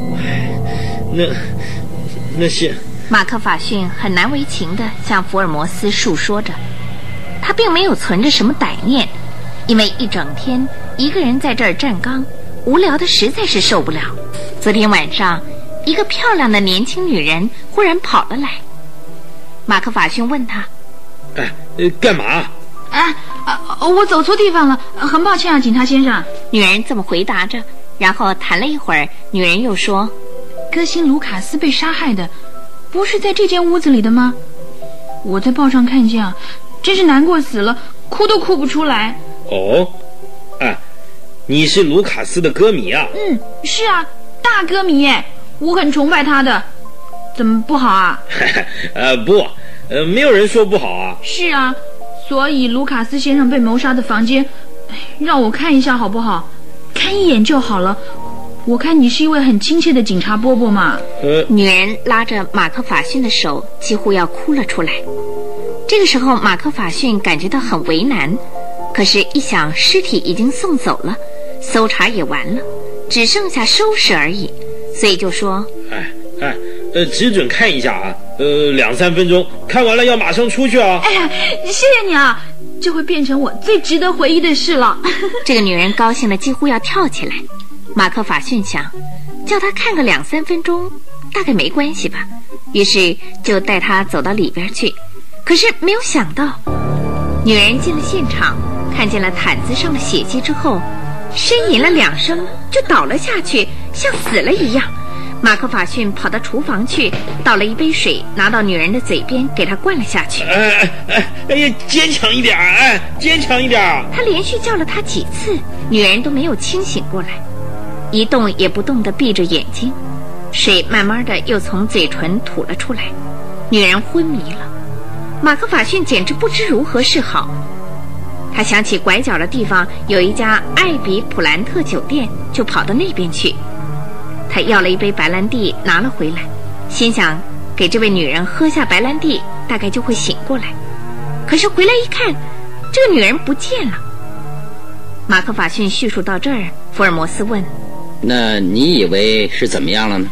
那些…… 马克法逊很难为情地向福尔摩斯述说着，他并没有存着什么歹念，因为一整天一个人在这儿站岗，无聊的实在是受不了。昨天晚上，一个漂亮的年轻女人忽然跑了来。马克法逊问他：“ 干嘛？”“ 我走错地方了，很抱歉啊，警察先生。” 女人这么回答着，然后谈了一会儿，女人又说：“ 歌星卢卡斯被杀害的，不是在这间屋子里的吗？我在报上看见啊，真是难过死了，哭都哭不出来。”“ 哦，你是卢卡斯的歌迷啊？”“ 是啊，大歌迷耶，我很崇拜他的。怎么不好啊？”“ 不，没有人说不好啊。”“ 是啊，所以卢卡斯先生被谋杀的房间，让我看一下好不好？看一眼就好了。我看你是一位很亲切的警察伯伯嘛。” 女人拉着马克法逊的手几乎要哭了出来。这个时候马克法逊感觉到很为难，可是一想尸体已经送走了，搜查也完了，只剩下收拾而已，所以就说：“ 只准看一下啊，2-3分钟，看完了要马上出去啊。”“ 哎呀，谢谢你啊，这会变成我最值得回忆的事了。” 这个女人高兴得几乎要跳起来。马克法逊想，叫她看个2-3分钟大概没关系吧，于是就带她走到里边去。可是没有想到，女人进了现场，看见了毯子上的血迹之后，呻吟了2声就倒了下去，像死了一样。马克法逊跑到厨房去，倒了一杯水，拿到女人的嘴边给她灌了下去。 坚强一点，坚强一点。 他连续叫了她几次，女人都没有清醒过来，一动也不动地闭着眼睛，水慢慢的又从嘴唇吐了出来，女人昏迷了。马克法逊简直不知如何是好。他想起拐角的地方有一家艾比普兰特酒店，就跑到那边去。他要了一杯白兰地拿了回来，心想给这位女人喝下白兰地，大概就会醒过来。可是回来一看，这个女人不见了。马克法逊叙述到这儿，福尔摩斯问：“ 那你以为是怎么样了呢？”“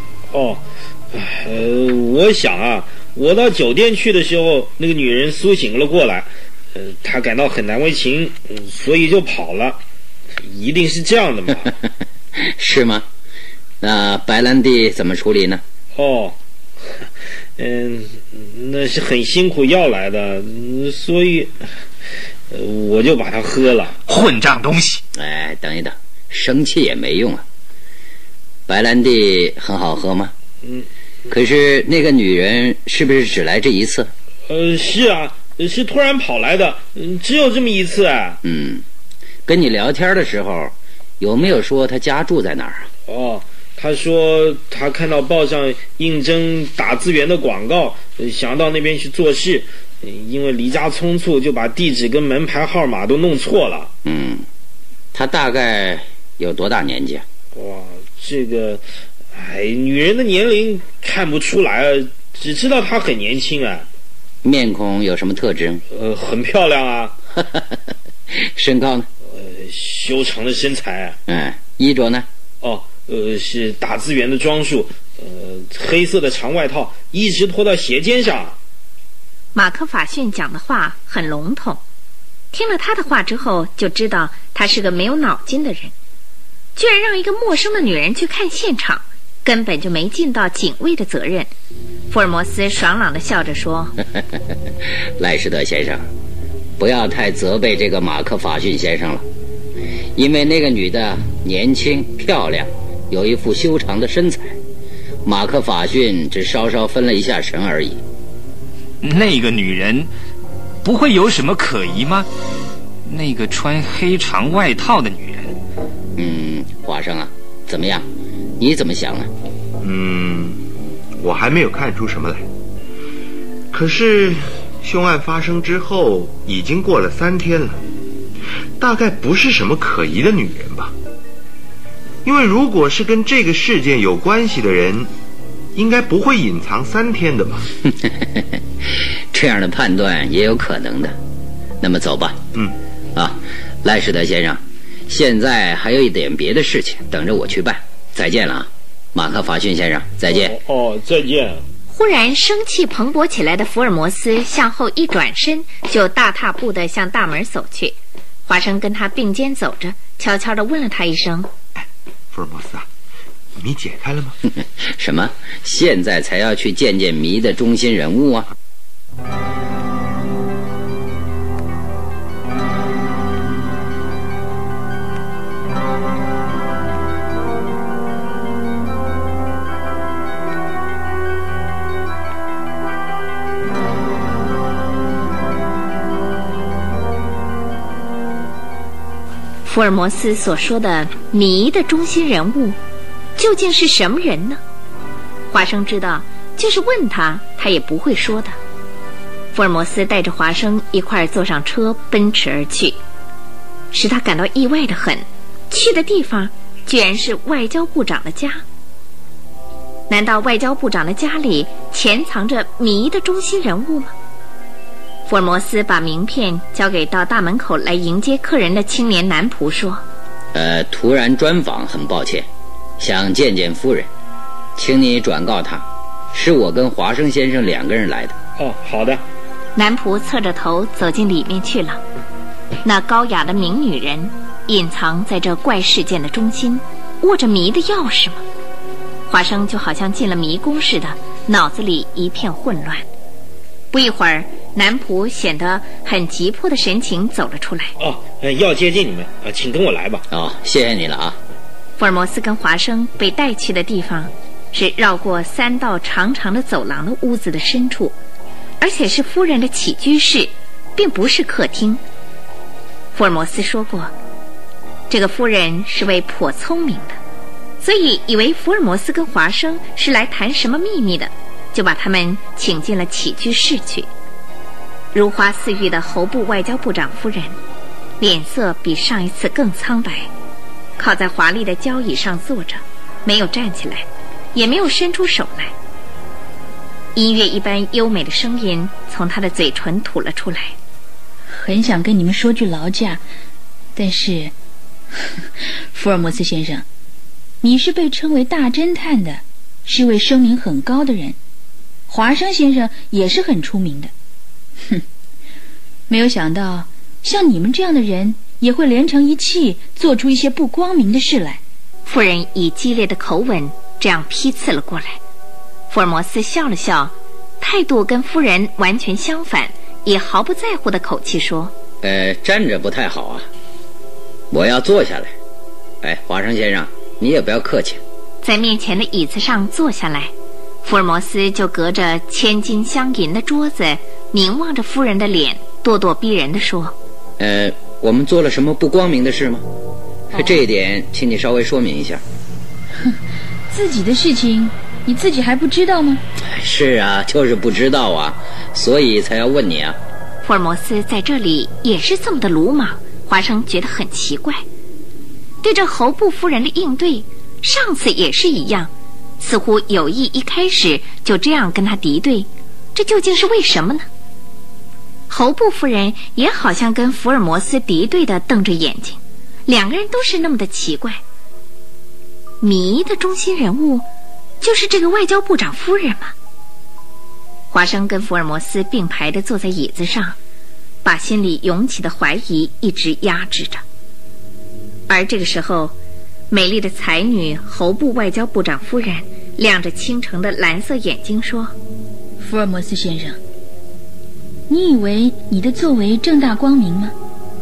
我想啊，我到酒店去的时候，那个女人苏醒了过来，她感到很难为情，所以就跑了，一定是这样的嘛。”“ 是吗？那白兰地怎么处理呢？”“ 那是很辛苦要来的，所以我就把它喝了。 混账东西！ 哎，等一等，生气也没用啊。白兰地很好喝吗？可是那个女人是不是只来这一次？ 是啊，是突然跑来的，只有这么一次啊。 跟你聊天的时候，有没有说她家住在哪儿啊？ 他说他看到报上应征打字员的广告，想到那边去做事，因为离家匆促，就把地址跟门牌号码都弄错了。 他大概有多大年纪啊？ 哇，这个，女人的年龄看不出来，只知道她很年轻啊。 面孔有什么特征？ 很漂亮啊。 身高呢？ 修长的身材啊。 衣着呢？ 是打字员的装束，黑色的长外套一直拖到鞋尖上。 马克法逊讲的话很笼统，听了他的话之后，就知道他是个没有脑筋的人，居然让一个陌生的女人去看现场，根本就没尽到警卫的责任。福尔摩斯爽朗地笑着说： 赖士德先生，不要太责备这个马克法逊先生了，因为那个女的年轻漂亮，有一副修长的身材，马克法逊只稍稍分了一下神而已。 那个女人不会有什么可疑吗？那个穿黑长外套的女人。 华生啊，怎么样？你怎么想啊？ 我还没有看出什么来。可是凶案发生之后已经过了3天了，大概不是什么可疑的女人吧。因为如果是跟这个事件有关系的人，应该不会隐藏3天的吧。 这样的判断也有可能的。那么走吧。赖士德先生，现在还有一点别的事情等着我去办。再见了啊，马克法逊先生，再见。 再见。 忽然生气蓬勃起来的福尔摩斯向后一转身，就大踏步地向大门走去。华生跟他并肩走着，悄悄地问了他一声： 福尔摩斯啊，谜解开了吗？ 什么？现在才要去见见谜的中心人物啊？ 福尔摩斯所说的谜的中心人物究竟是什么人呢？华生知道，就是问他，他也不会说的。福尔摩斯带着华生一块坐上车，奔驰而去，使他感到意外的很。去的地方居然是外交部长的家。难道外交部长的家里潜藏着谜的中心人物吗？福尔摩斯把名片交给到大门口来迎接客人的青年男仆，说： 突然专访，很抱歉，想见见夫人，请你转告他，是我跟华生先生2个人来的。 好的。 男仆侧着头走进里面去了。那高雅的名女人隐藏在这怪事件的中心，握着谜的钥匙吗？华生就好像进了迷宫似的，脑子里一片混乱。不一会儿，男仆显得很急迫的神情走了出来。 要接近你们，请跟我来吧。 谢谢你了啊。 福尔摩斯跟华生被带去的地方是绕过3道长长的走廊的屋子的深处，而且是夫人的起居室，并不是客厅。福尔摩斯说过，这个夫人是位颇聪明的，所以以为福尔摩斯跟华生是来谈什么秘密的，就把他们请进了起居室去。如花似玉的侯部外交部长夫人，脸色比上一次更苍白，靠在华丽的交椅上坐着，没有站起来，也没有伸出手来。音乐一般优美的声音从她的嘴唇吐了出来。 很想跟你们说句劳驾，但是福尔摩斯先生，你是被称为大侦探的，是位声名很高的人。华生先生也是很出名的。没有想到像你们这样的人也会连成一气，做出一些不光明的事来。 夫人以激烈的口吻这样批次了过来。福尔摩斯笑了笑， 态度跟夫人完全相反，也毫不在乎的口气说： 站着不太好啊，我要坐下来。华生先生，你也不要客气。 在面前的椅子上坐下来，福尔摩斯就隔着千金镶银的桌子，凝望着夫人的脸，咄咄逼人地说： 我们做了什么不光明的事吗？这一点请你稍微说明一下。 自己的事情你自己还不知道吗？ 是啊，就是不知道啊，所以才要问你啊。 福尔摩斯在这里也是这么的鲁莽，华生觉得很奇怪。对着侯布夫人的应对，上次也是一样，似乎有意一开始就这样跟他敌对，这究竟是为什么呢？侯布夫人也好像跟福尔摩斯敌对的瞪着眼睛，两个人都是那么的奇怪。谜的中心人物就是这个外交部长夫人吗？华生跟福尔摩斯并排地坐在椅子上，把心里涌起的怀疑一直压制着。而这个时候，美丽的才女侯布外交部长夫人亮着倾城的蓝色眼睛说： 福尔摩斯先生，你以为你的作为正大光明吗？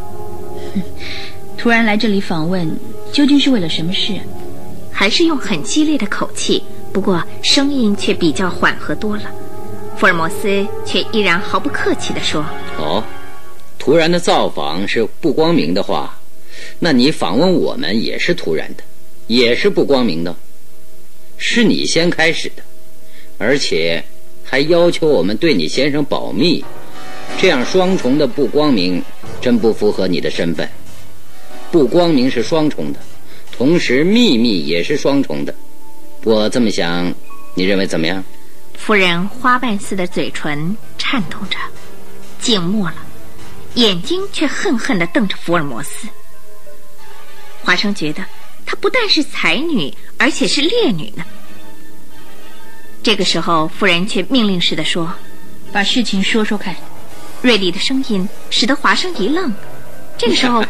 突然来这里访问，究竟是为了什么事？ 还是用很激烈的口气，不过声音却比较缓和多了。福尔摩斯却依然毫不客气地说： 突然的造访是不光明的话，那你访问我们也是突然的，也是不光明的。是你先开始的，而且还要求我们对你先生保密，这样双重的不光明真不符合你的身份。不光明是双重的，同时秘密也是双重的。我这么想，你认为怎么样？ 夫人花瓣似的嘴唇颤动着，静默了，眼睛却恨恨地瞪着福尔摩斯。华生觉得她不但是才女，而且是烈女呢。这个时候，夫人却命令似的说： 把事情说说看。 锐利的声音使得华生一愣。这个时候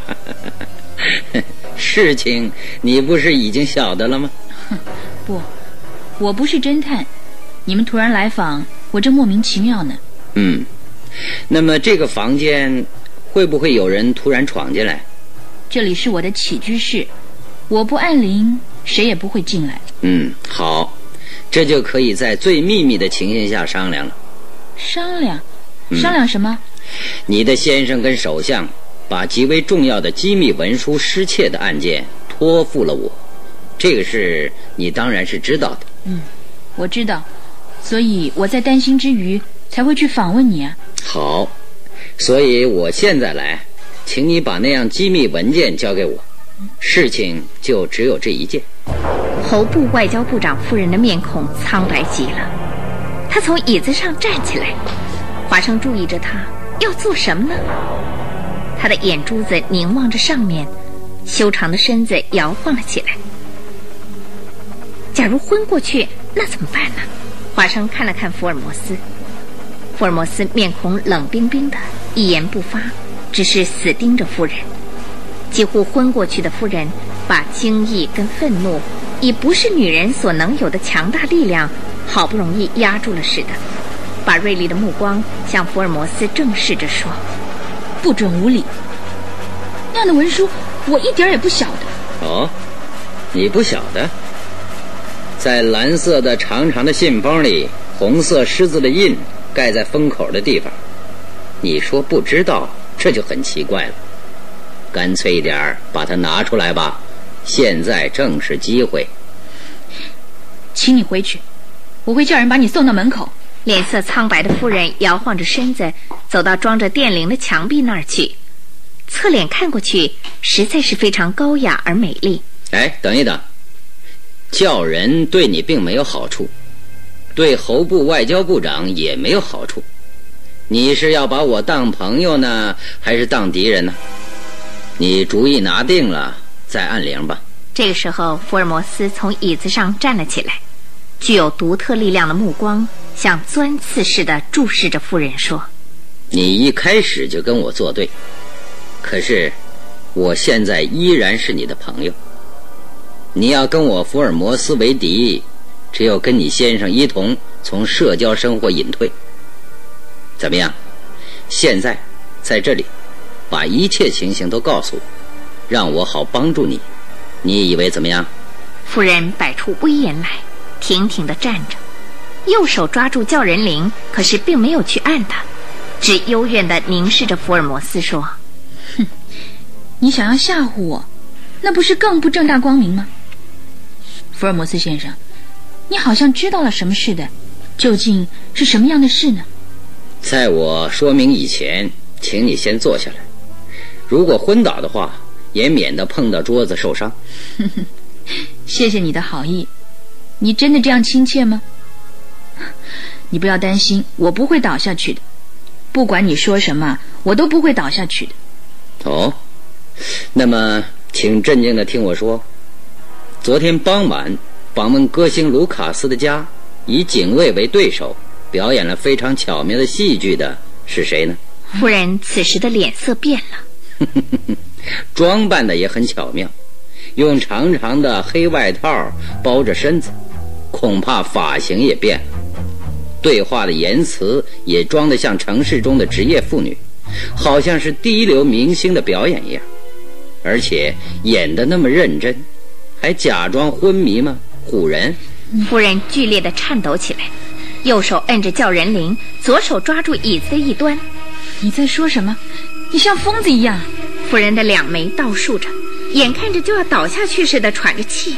事情你不是已经晓得了吗？ 不，我不是侦探，你们突然来访，我正莫名其妙呢。 那么这个房间会不会有人突然闯进来？ 这里是我的起居室，我不按铃，谁也不会进来。 好，这就可以在最秘密的情形下商量了。 商量？商量什么？ 你的先生跟首相把极为重要的机密文书失窃的案件托付了我，这个事你当然是知道的。 我知道，所以我在担心之余才会去访问你啊。 好，所以我现在来，请你把那样机密文件交给我，事情就只有这一件。 侯布外交部长夫人的面孔苍白极了，她从椅子上站起来，华生注意着她要做什么呢？她的眼珠子凝望着上面，修长的身子摇晃了起来。假如昏过去，那怎么办呢？华生看了看福尔摩斯，福尔摩斯面孔冷冰冰的，一言不发，只是死盯着夫人。几乎昏过去的夫人把惊异跟愤怒以不是女人所能有的强大力量好不容易压住了似的，把锐利的目光向福尔摩斯正视着说： 不准无礼，那样的文书我一点也不晓得。 你不晓得？在蓝色的长长的信封里，红色狮子的印盖在封口的地方，你说不知道，这就很奇怪了。干脆一点把它拿出来吧，现在正是机会。 请你回去，我会叫人把你送到门口。 脸色苍白的夫人摇晃着身子走到装着电铃的墙壁那儿去，侧脸看过去实在是非常高雅而美丽。 等一等，叫人对你并没有好处，对侯部外交部长也没有好处。你是要把我当朋友呢，还是当敌人呢？你主意拿定了再按铃吧。 这个时候，福尔摩斯从椅子上站了起来，具有独特力量的目光像钻刺似的注视着夫人说： 你一开始就跟我作对，可是我现在依然是你的朋友。你要跟我福尔摩斯为敌，只有跟你先生一同从社交生活隐退。怎么样？现在在这里把一切情形都告诉我，让我好帮助你，你以为怎么样？ 夫人摆出威严来，挺挺地站着，右手抓住叫人铃，可是并没有去按它，只幽怨地凝视着福尔摩斯说： 哼，你想要吓唬我，那不是更不正大光明吗？福尔摩斯先生，你好像知道了什么似的，究竟是什么样的事呢？ 在我说明以前，请你先坐下来，如果昏倒的话，也免得碰到桌子受伤。 谢谢你的好意，你真的这样亲切吗？你不要担心，我不会倒下去的，不管你说什么，我都不会倒下去的。 哦，那么请镇静地听我说，昨天傍晚访问歌星卢卡斯的家，以警卫为对手，表演了非常巧妙的戏剧的是谁呢？ 夫人此时的脸色变了， 装扮的也很巧妙，用长长的黑外套包着身子，恐怕发型也变了，对话的言辞也装得像城市中的职业妇女，好像是第一流明星的表演一样，而且演得那么认真，还假装昏迷吗？唬人！ 夫人剧烈地颤抖起来，右手摁着叫人铃，左手抓住椅子的一端。 你在说什么？你像疯子一样。 夫人的两眉倒竖着，眼看着就要倒下去似的喘着气。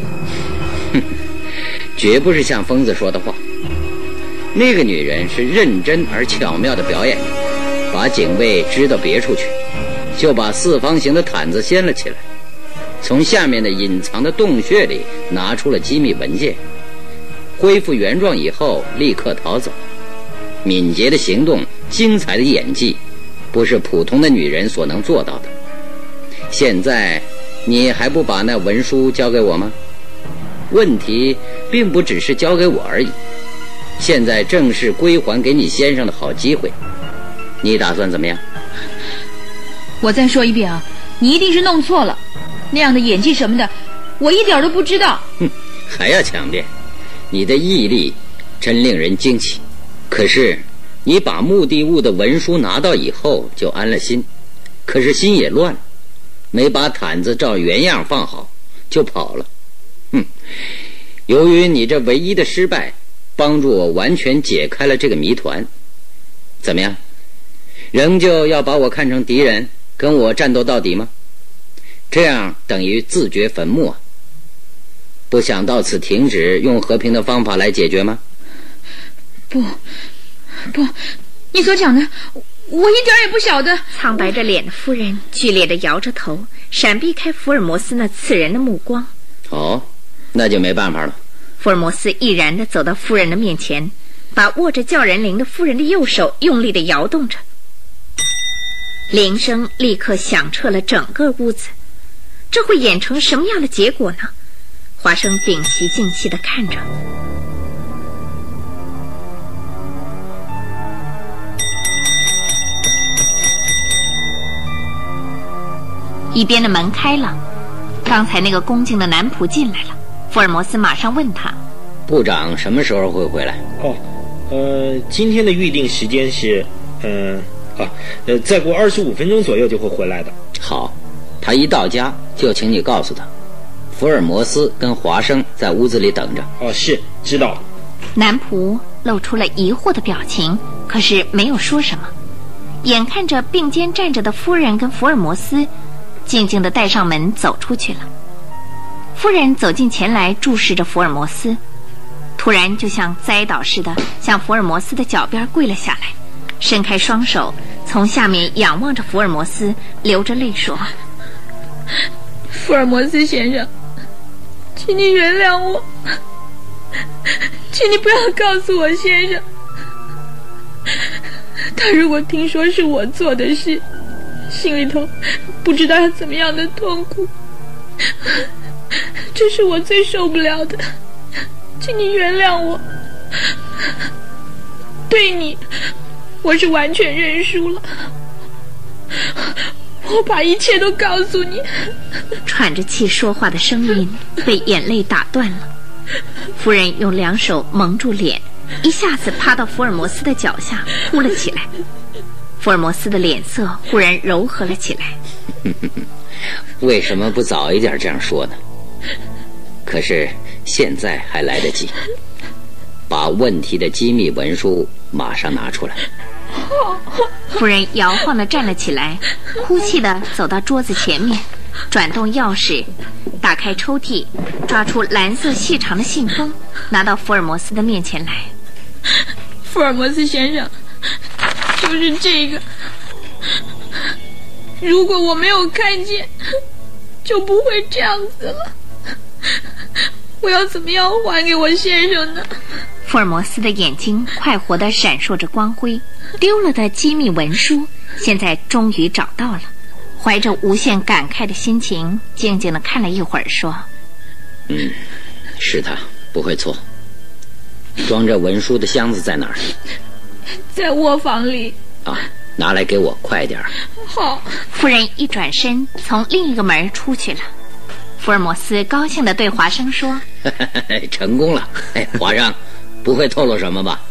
绝不是像疯子说的话。那个女人是认真而巧妙的表演，把警卫支到别处去，就把四方形的毯子掀了起来，从下面的隐藏的洞穴里拿出了机密文件，恢复原状以后立刻逃走。敏捷的行动，精彩的演技，不是普通的女人所能做到的。现在你还不把那文书交给我吗？问题并不只是交给我而已，现在正是归还给你先生的好机会，你打算怎么样？ 我再说一遍啊，你一定是弄错了，那样的演技什么的，我一点都不知道。 还要强辩，你的毅力真令人惊奇。可是你把目的物的文书拿到以后就安了心，可是心也乱了，没把毯子照原样放好就跑了。由于你这唯一的失败，帮助我完全解开了这个谜团。怎么样？仍旧要把我看成敌人，跟我战斗到底吗？这样等于自掘坟墓啊！不想到此停止，用和平的方法来解决吗？ 不，你所讲的我一点也不晓得。 苍白着脸的夫人剧烈地摇着头，闪避开福尔摩斯那刺人的目光。 哦，那就没办法了。 福尔摩斯毅然地走到夫人的面前，把握着叫人铃的夫人的右手用力地摇动着，铃声立刻响彻了整个屋子。这会演成什么样的结果呢？华生屏息静气地看着。一边的门开了，刚才那个恭敬的男仆进来了。福尔摩斯马上问他： 部长什么时候会回来？ 今天的预定时间是再过25分钟左右就会回来的。 好，他一到家就请你告诉他，福尔摩斯跟华生在屋子里等着。 是，知道了。 男仆露出了疑惑的表情，可是没有说什么。眼看着并肩站着的夫人跟福尔摩斯静静地带上门走出去了。夫人走近前来注视着福尔摩斯，突然就像栽倒似的向福尔摩斯的脚边跪了下来，伸开双手从下面仰望着福尔摩斯，流着泪说： 福尔摩斯先生，请你原谅我，请你不要告诉我先生，他如果听说是我做的事，心里头不知道要怎么样的痛苦，这是我最受不了的，请你原谅我。对你，我是完全认输了，我把一切都告诉你。 喘着气说话的声音被眼泪打断了。夫人用两手蒙住脸， 一下子趴到福尔摩斯的脚下哭了起来。福尔摩斯的脸色忽然柔和了起来。 为什么不早一点这样说呢？可是现在还来得及，把问题的机密文书马上拿出来。 夫人摇晃地站了起来，哭泣地走到桌子前面，转动钥匙，打开抽屉，抓出蓝色细长的信封，拿到福尔摩斯的面前来。 福尔摩斯先生，就是这个。如果我没有看见，就不会这样子了。我要怎么样还给我先生呢？ 福尔摩斯的眼睛快活地闪烁着光辉，丢了的机密文书现在终于找到了。怀着无限感慨的心情，静静地看了一会儿，说： 是他，不会错。装着文书的箱子在哪儿？ 在卧房里。 啊，拿来给我，快点儿。 好。 夫人一转身，从另一个门出去了。福尔摩斯高兴地对华生说： 成功了。华生，不会透露什么吧？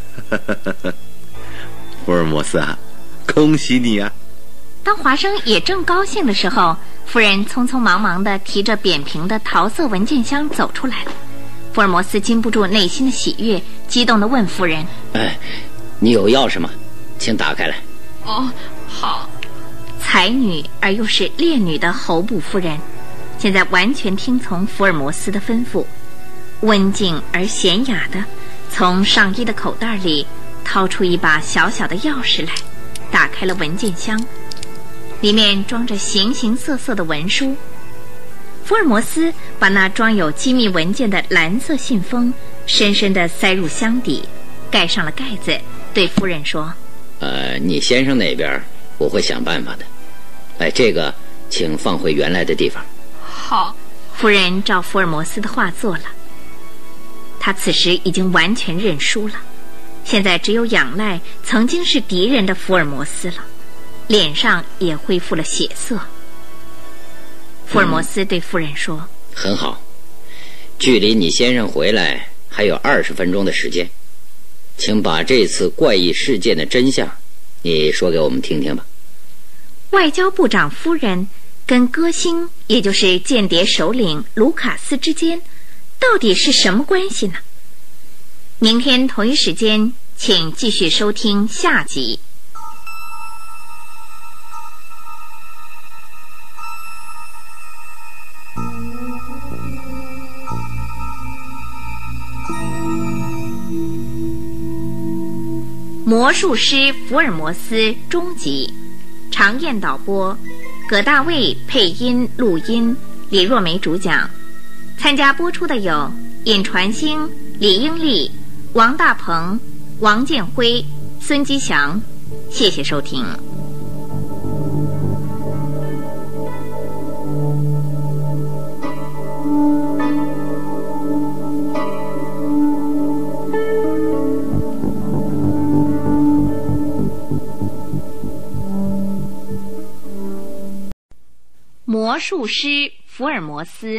福尔摩斯啊，恭喜你啊！ 当华生也正高兴的时候，夫人匆匆忙忙地提着扁平的桃色文件箱走出来了。福尔摩斯禁不住内心的喜悦，激动地问夫人： 你有钥匙吗？请打开来。 哦，好。 才女而又是烈女的侯布夫人现在完全听从福尔摩斯的吩咐，温静而娴雅地从上衣的口袋里掏出一把小小的钥匙来，打开了文件箱，里面装着形形色色的文书。福尔摩斯把那装有机密文件的蓝色信封深深地塞入箱底，盖上了盖子，对夫人说： 你先生那边我会想办法的。这个请放回原来的地方。 好。 夫人照福尔摩斯的话做了。他此时已经完全认输了，现在只有仰赖曾经是敌人的福尔摩斯了，脸上也恢复了血色。福尔摩斯对夫人说： 很好，距离你先生回来还有20分钟的时间，请把这次怪异事件的真相你说给我们听听吧。 外交部长夫人跟歌星，也就是间谍首领卢卡斯之间到底是什么关系呢？明天同一时间请继续收听下集。魔术师福尔摩斯终集，常燕导播，葛大卫配音录音，李若梅主讲。参加播出的有尹传星、李英丽、王大鹏、王建辉、孙吉祥。谢谢收听。魔术师福尔摩斯。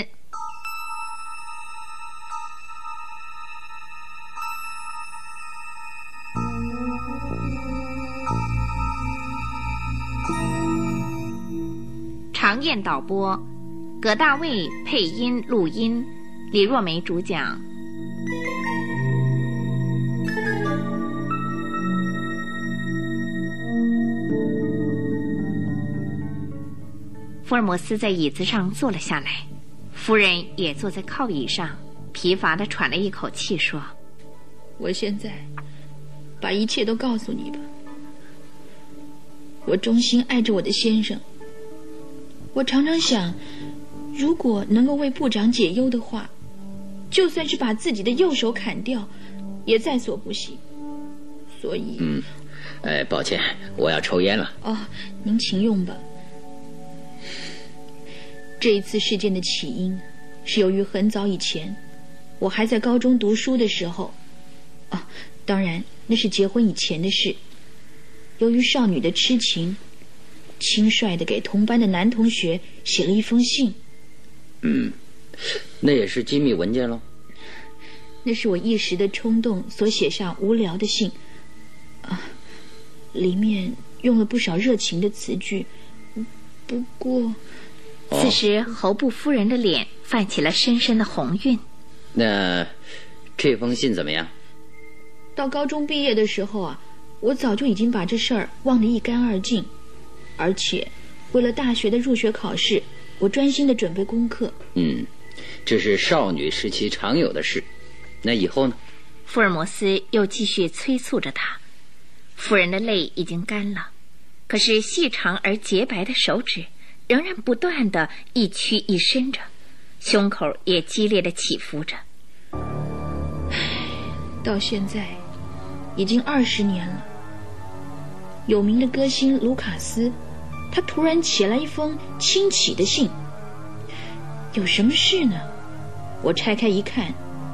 常燕导播，葛大卫配音录音，李若梅主讲。福尔摩斯在椅子上坐了下来，夫人也坐在靠椅上，疲乏地喘了一口气，说： 我现在把一切都告诉你吧。我衷心爱着我的先生，我常常想，如果能够为部长解忧的话，就算是把自己的右手砍掉也在所不惜。所以抱歉，我要抽烟了。 哦，您请用吧。这一次事件的起因是由于很早以前我还在高中读书的时候，当然那是结婚以前的事，由于少女的痴情，轻率地给同班的男同学写了一封信。 那也是机密文件咯。 那是我一时的冲动所写下无聊的信，里面用了不少热情的词句，不过…… 此时侯部夫人的脸泛起了深深的红晕。 那这封信怎么样？ 到高中毕业的时候啊，我早就已经把这事儿忘得一干二净，而且为了大学的入学考试，我专心地准备功课。 这是少女时期常有的事。那以后呢？ 福尔摩斯又继续催促着他。夫人的泪已经干了，可是细长而洁白的手指仍然不断地一屈一伸着，胸口也激烈地起伏着。 到现在已经20年了，有名的歌星卢卡斯，他突然写来一封亲启的信。有什么事呢？我拆开一看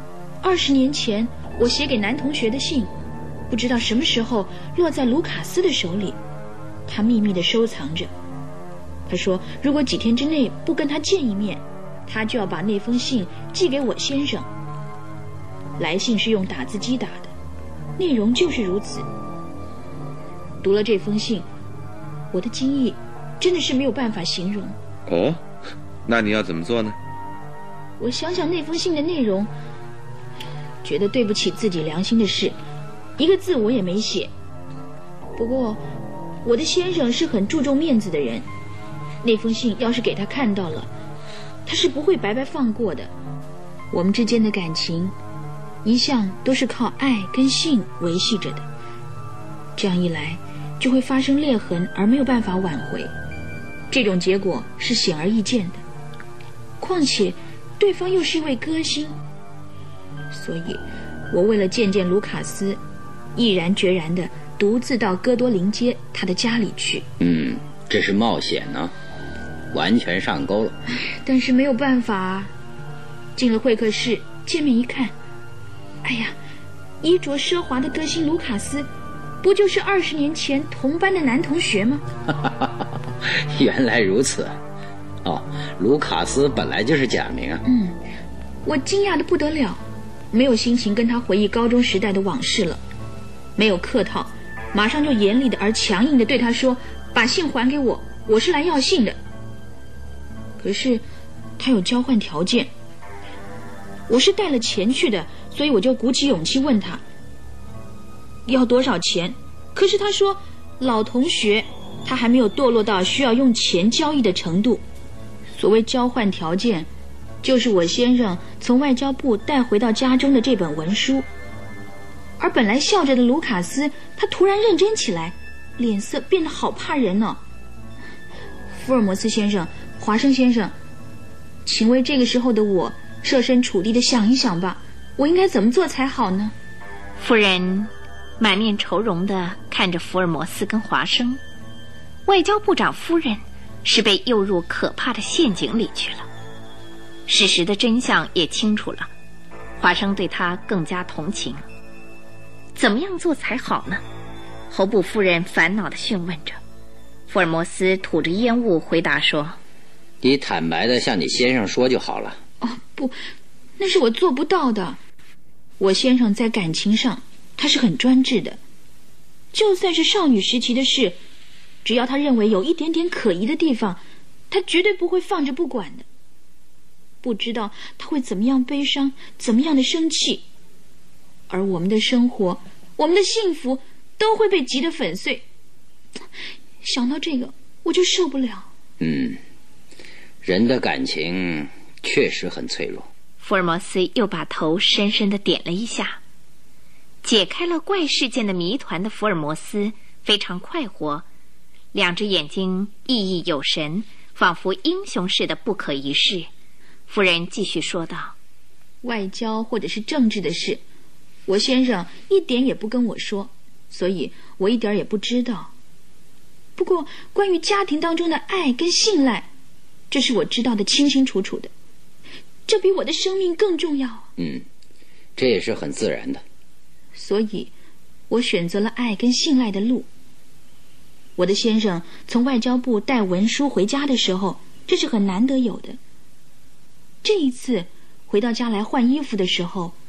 ，20年前我写给男同学的信，不知道什么时候落在卢卡斯的手里，他秘密地收藏着。他说如果几天之内不跟他见一面，他就要把那封信寄给我先生。来信是用打字机打的，内容就是如此。读了这封信，我的惊异真的是没有办法形容。 哦，那你要怎么做呢？ 我想想那封信的内容，觉得对不起自己良心的事，一个字我也没写。不过我的先生是很注重面子的人，那封信要是给他看到了，他是不会白白放过的。我们之间的感情一向都是靠爱跟信维系着的，这样一来就会发生裂痕而没有办法挽回，这种结果是显而易见的。况且对方又是一位歌星，所以我为了见见卢卡斯，毅然决然地独自到哥多林街他的家里去。 这是冒险呢，完全上钩了。 但是没有办法，进了会客室，见面一看，哎呀，衣着奢华的歌星卢卡斯，不就是20年前同班的男同学吗？ 原来如此。卢卡斯本来就是假名啊。 我惊讶得不得了，没有心情跟他回忆高中时代的往事了，没有客套，马上就严厉的而强硬的对他说，把信还给我，我是来要信的。可是他有交换条件，我是带了钱去的，所以我就鼓起勇气问他要多少钱。可是他说老同学，他还没有堕落到需要用钱交易的程度。所谓交换条件，就是我先生从外交部带回到家中的这本文书。而本来笑着的卢卡斯，他突然认真起来，脸色变得好怕人哦。福尔摩斯先生，华生先生，请为这个时候的我设身处地的想一想吧，我应该怎么做才好呢？ 夫人满面愁容地看着福尔摩斯跟华生，外交部长夫人是被诱入可怕的陷阱里去了。事实的真相也清楚了，华生对他更加同情。怎么样做才好呢？侯部夫人烦恼地询问着。福尔摩斯吐着烟雾回答说， 你坦白地向你先生说就好了。 不，那是我做不到的。我先生在感情上他是很专制的，就算是少女时期的事，只要他认为有一点点可疑的地方，他绝对不会放着不管的。不知道他会怎么样悲伤，怎么样的生气，而我们的生活，我们的幸福都会被击得粉碎。想到这个我就受不了。 人的感情确实很脆弱。 福尔摩斯又把头深深地点了一下。解开了怪事件的谜团的福尔摩斯非常快活，两只眼睛熠熠有神，仿佛英雄似的不可一世。夫人继续说道， 外交或者是政治的事，我先生一点也不跟我说，所以我一点也不知道。不过关于家庭当中的爱跟信赖，这是我知道的清清楚楚的，这比我的生命更重要。 这也是很自然的。 所以我选择了爱跟信赖的路。我的先生从外交部带文书回家的时候，这是很难得有的。这一次回到家来换衣服的时候，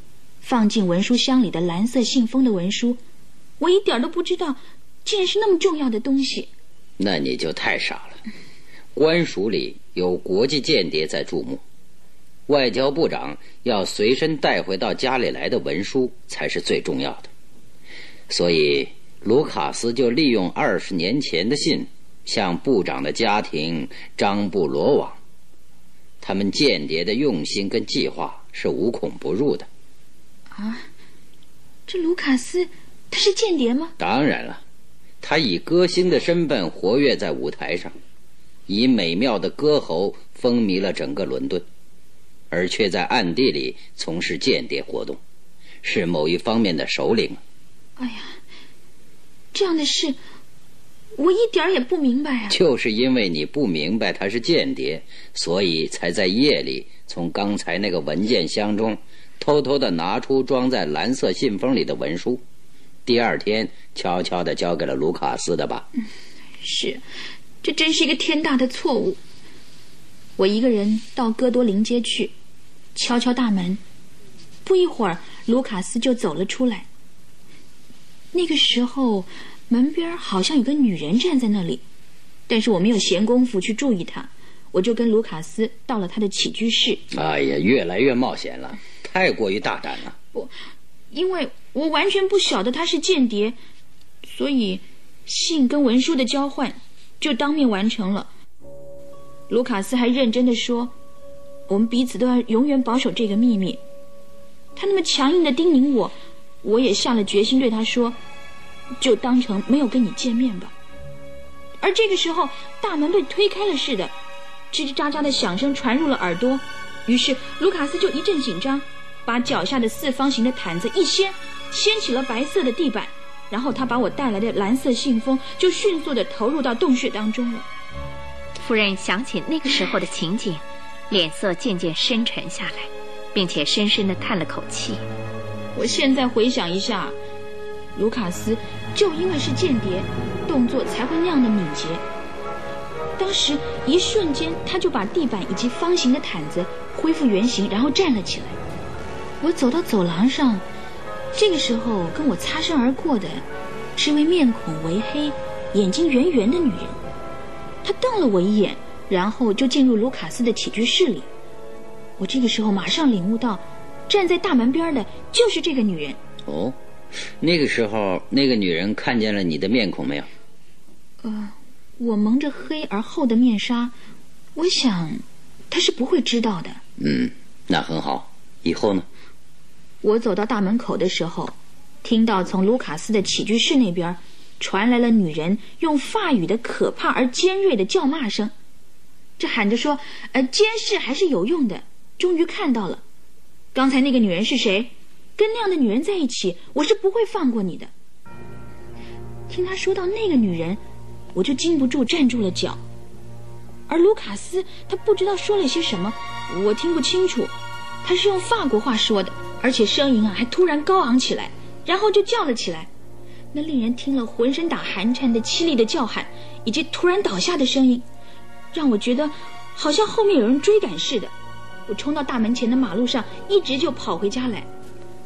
放进文书箱里的蓝色信封的文书，我一点都不知道竟然是那么重要的东西。 那你就太傻了。官署里有国际间谍在注目，外交部长要随身带回到家里来的文书才是最重要的。所以卢卡斯就利用20年前的信向部长的家庭张布罗网。他们间谍的用心跟计划是无孔不入的。 啊，这卢卡斯他是间谍吗？ 当然了，他以歌星的身份活跃在舞台上，以美妙的歌喉风靡了整个伦敦，而却在暗地里从事间谍活动，是某一方面的首领。 哎呀，这样的事我一点也不明白啊！ 就是因为你不明白他是间谍，所以才在夜里从刚才那个文件箱中偷偷地拿出装在蓝色信封里的文书，第2天悄悄地交给了卢卡斯的吧？ 是，这真是一个天大的错误。我一个人到哥多林街去，敲敲大门，不一会儿卢卡斯就走了出来。那个时候门边好像有个女人站在那里，但是我没有闲工夫去注意她，我就跟卢卡斯到了他的起居室。 哎呀，越来越冒险了，太过于大胆了。 不，因为我完全不晓得他是间谍，所以信跟文书的交换就当面完成了。卢卡斯还认真地说，我们彼此都要永远保守这个秘密。他那么强硬地叮咛我，我也下了决心对他说，就当成没有跟你见面吧。而这个时候大门被推开了似的，吱吱喳喳的响声传入了耳朵，于是卢卡斯就一阵紧张，把脚下的4方形的毯子一掀起了白色的地板，然后他把我带来的蓝色信封就迅速地投入到洞穴当中了。 夫人想起那个时候的情景，脸色渐渐深沉下来，并且深深地叹了口气。 我现在回想一下，卢卡斯就因为是间谍，动作才会那样的敏捷。当时一瞬间，他就把地板以及方形的毯子恢复原形，然后站了起来。我走到走廊上，这个时候跟我擦身而过的是一位面孔微黑、眼睛圆圆的女人。她瞪了我一眼，然后就进入卢卡斯的起居室里。我这个时候马上领悟到，站在大门边的就是这个女人。 哦，那个时候那个女人看见了你的面孔没有？ 我蒙着黑而厚的面纱，我想她是不会知道的。 那很好。以后呢？ 我走到大门口的时候，听到从卢卡斯的起居室那边传来了女人用法语的可怕而尖锐的叫骂声。这喊着说，监视还是有用的，终于看到了。刚才那个女人是谁？跟那样的女人在一起，我是不会放过你的。听他说到那个女人，我就禁不住站住了脚。而卢卡斯他不知道说了些什么，我听不清楚，他是用法国话说的，而且声音还突然高昂起来，然后就叫了起来。那令人听了浑身打寒颤的凄厉的叫喊，以及突然倒下的声音，让我觉得好像后面有人追赶似的。我冲到大门前的马路上，一直就跑回家来。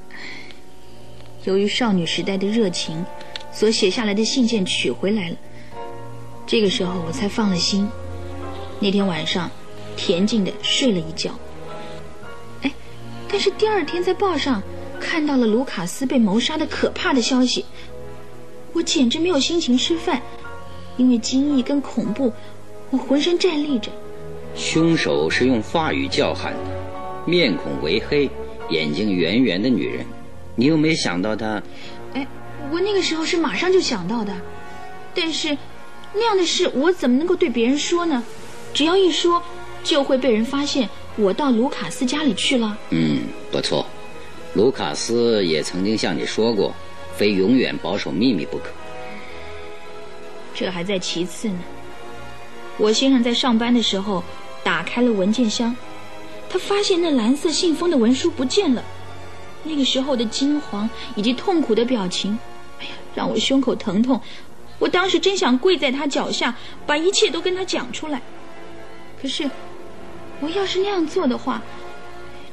由于少女时代的热情，所写下来的信件取回来了。这个时候我才放了心。那天晚上恬静地睡了一觉。但是第2天在报上看到了卢卡斯被谋杀的可怕的消息，我简直没有心情吃饭，因为惊异跟恐怖，我浑身战栗着。 凶手是用法语叫喊的，面孔微黑、眼睛圆圆的女人，你有没有想到她？ 我那个时候是马上就想到的，但是那样的事我怎么能够对别人说呢？只要一说，就会被人发现我到卢卡斯家里去了。 不错，卢卡斯也曾经向你说过，非永远保守秘密不可。 这还在其次呢。我先生在上班的时候打开了文件箱，他发现那蓝色信封的文书不见了。那个时候的惊惶以及痛苦的表情，让我胸口疼痛。我当时真想跪在他脚下，把一切都跟他讲出来。可是我要是那样做的话，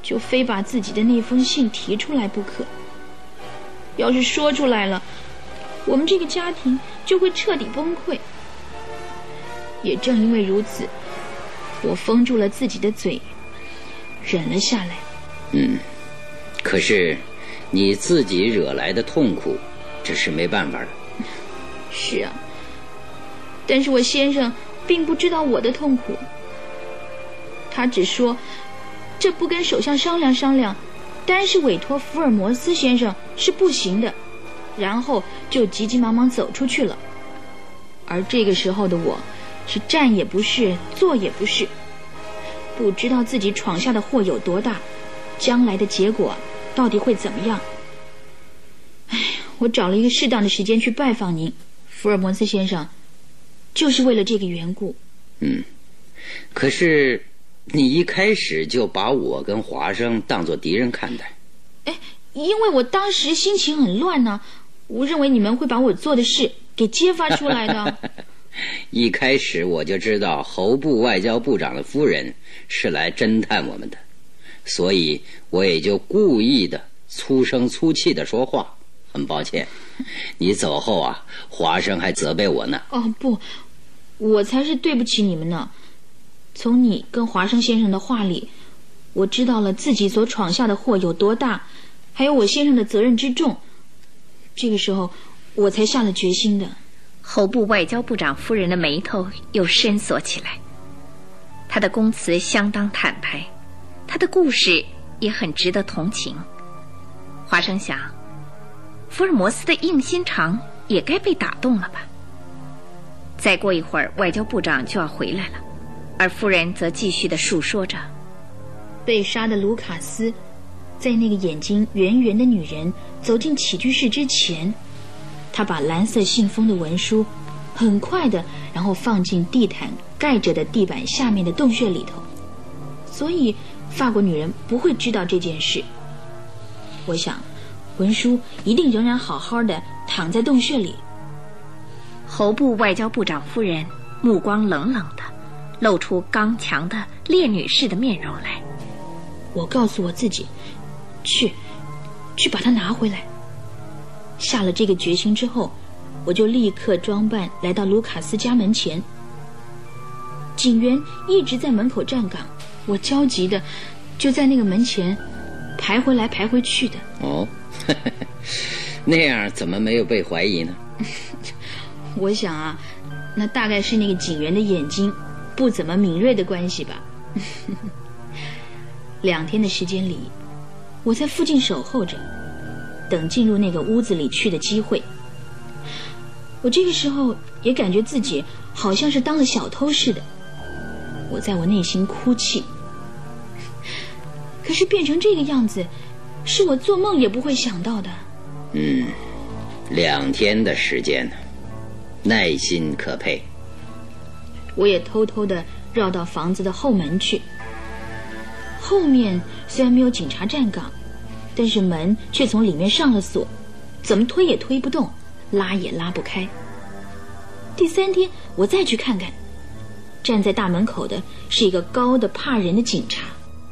就非把自己的那封信提出来不可。要是说出来了，我们这个家庭就会彻底崩溃。也正因为如此，我封住了自己的嘴，忍了下来。 可是你自己惹来的痛苦，这是没办法的。 是啊，但是我先生并不知道我的痛苦，他只说这不跟首相商量商量，单是委托福尔摩斯先生是不行的，然后就急急忙忙走出去了。而这个时候的我是站也不是，坐也不是，不知道自己闯下的祸有多大，将来的结果到底会怎么样。我找了一个适当的时间去拜访您，福尔摩斯先生，就是为了这个缘故。 可是你一开始就把我跟华生当作敌人看待。 因为我当时心情很乱呢，我认为你们会把我做的事给揭发出来的。 一开始我就知道侯部外交部长的夫人是来侦探我们的，所以我也就故意的粗声粗气的说话。很抱歉，你走后啊，华生还责备我呢。 不，我才是对不起你们呢。从你跟华生先生的话里，我知道了自己所闯下的祸有多大，还有我先生的责任之重。这个时候我才下了决心的。 侯部外交部长夫人的眉头又深锁起来，她的供词相当坦白，她的故事也很值得同情。华生想，福尔摩斯的硬心肠也该被打动了吧。再过一会儿，外交部长就要回来了，而夫人则继续地述说着， 被杀的卢卡斯在那个眼睛圆圆的女人走进起居室之前，他把蓝色信封的文书很快的然后放进地毯盖着的地板下面的洞穴里头，所以法国女人不会知道这件事。我想文书一定仍然好好的躺在洞穴里。 侯部外交部长夫人目光冷冷的，露出刚强的烈女士的面容来。 我告诉我自己，去把它拿回来。下了这个决心之后，我就立刻装扮来到卢卡斯家门前。警员一直在门口站岗，我焦急的就在那个门前排回来排回去的。 那样怎么没有被怀疑呢？ 我想啊，那大概是那个警员的眼睛不怎么敏锐的关系吧。2天的时间里，我在附近守候着，等进入那个屋子里去的机会。我这个时候也感觉自己好像是当了小偷似的，我在我内心哭泣。可是变成这个样子，是我做梦也不会想到的。 2天的时间，耐心可佩。 我也偷偷地绕到房子的后门去。后面虽然没有警察站岗，但是门却从里面上了锁，怎么推也推不动，拉也拉不开。第3天我再去看看，站在大门口的是一个高的怕人的警察。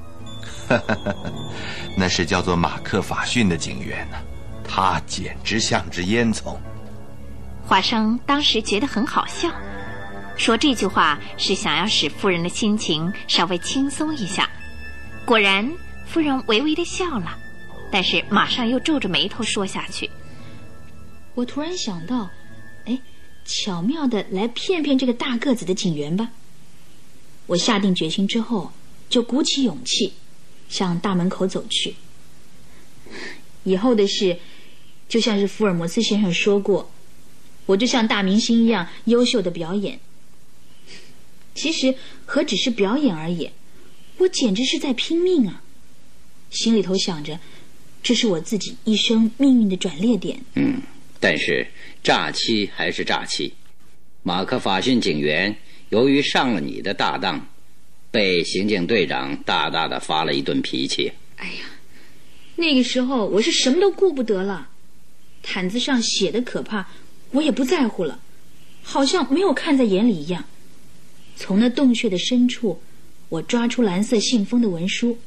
那是叫做马克法逊的警员呢，他简直像只烟囱。 华生当时觉得很好笑，说这句话是想要使夫人的心情稍微轻松一下。果然夫人微微地笑了，但是马上又皱着眉头说下去。 我突然想到，巧妙地来骗骗这个大个子的警员吧。我下定决心之后，就鼓起勇气向大门口走去。以后的事就像是福尔摩斯先生说过，我就像大明星一样优秀的表演。其实何止是表演而已，我简直是在拼命啊！心里头想着，这是我自己一生命运的转捩点。 但是诈欺还是诈欺。马克法逊警员由于上了你的大当，被刑警队长大大的发了一顿脾气。 那个时候我是什么都顾不得了，毯子上写的可怕我也不在乎了，好像没有看在眼里一样。从那洞穴的深处，我抓出蓝色信封的文书，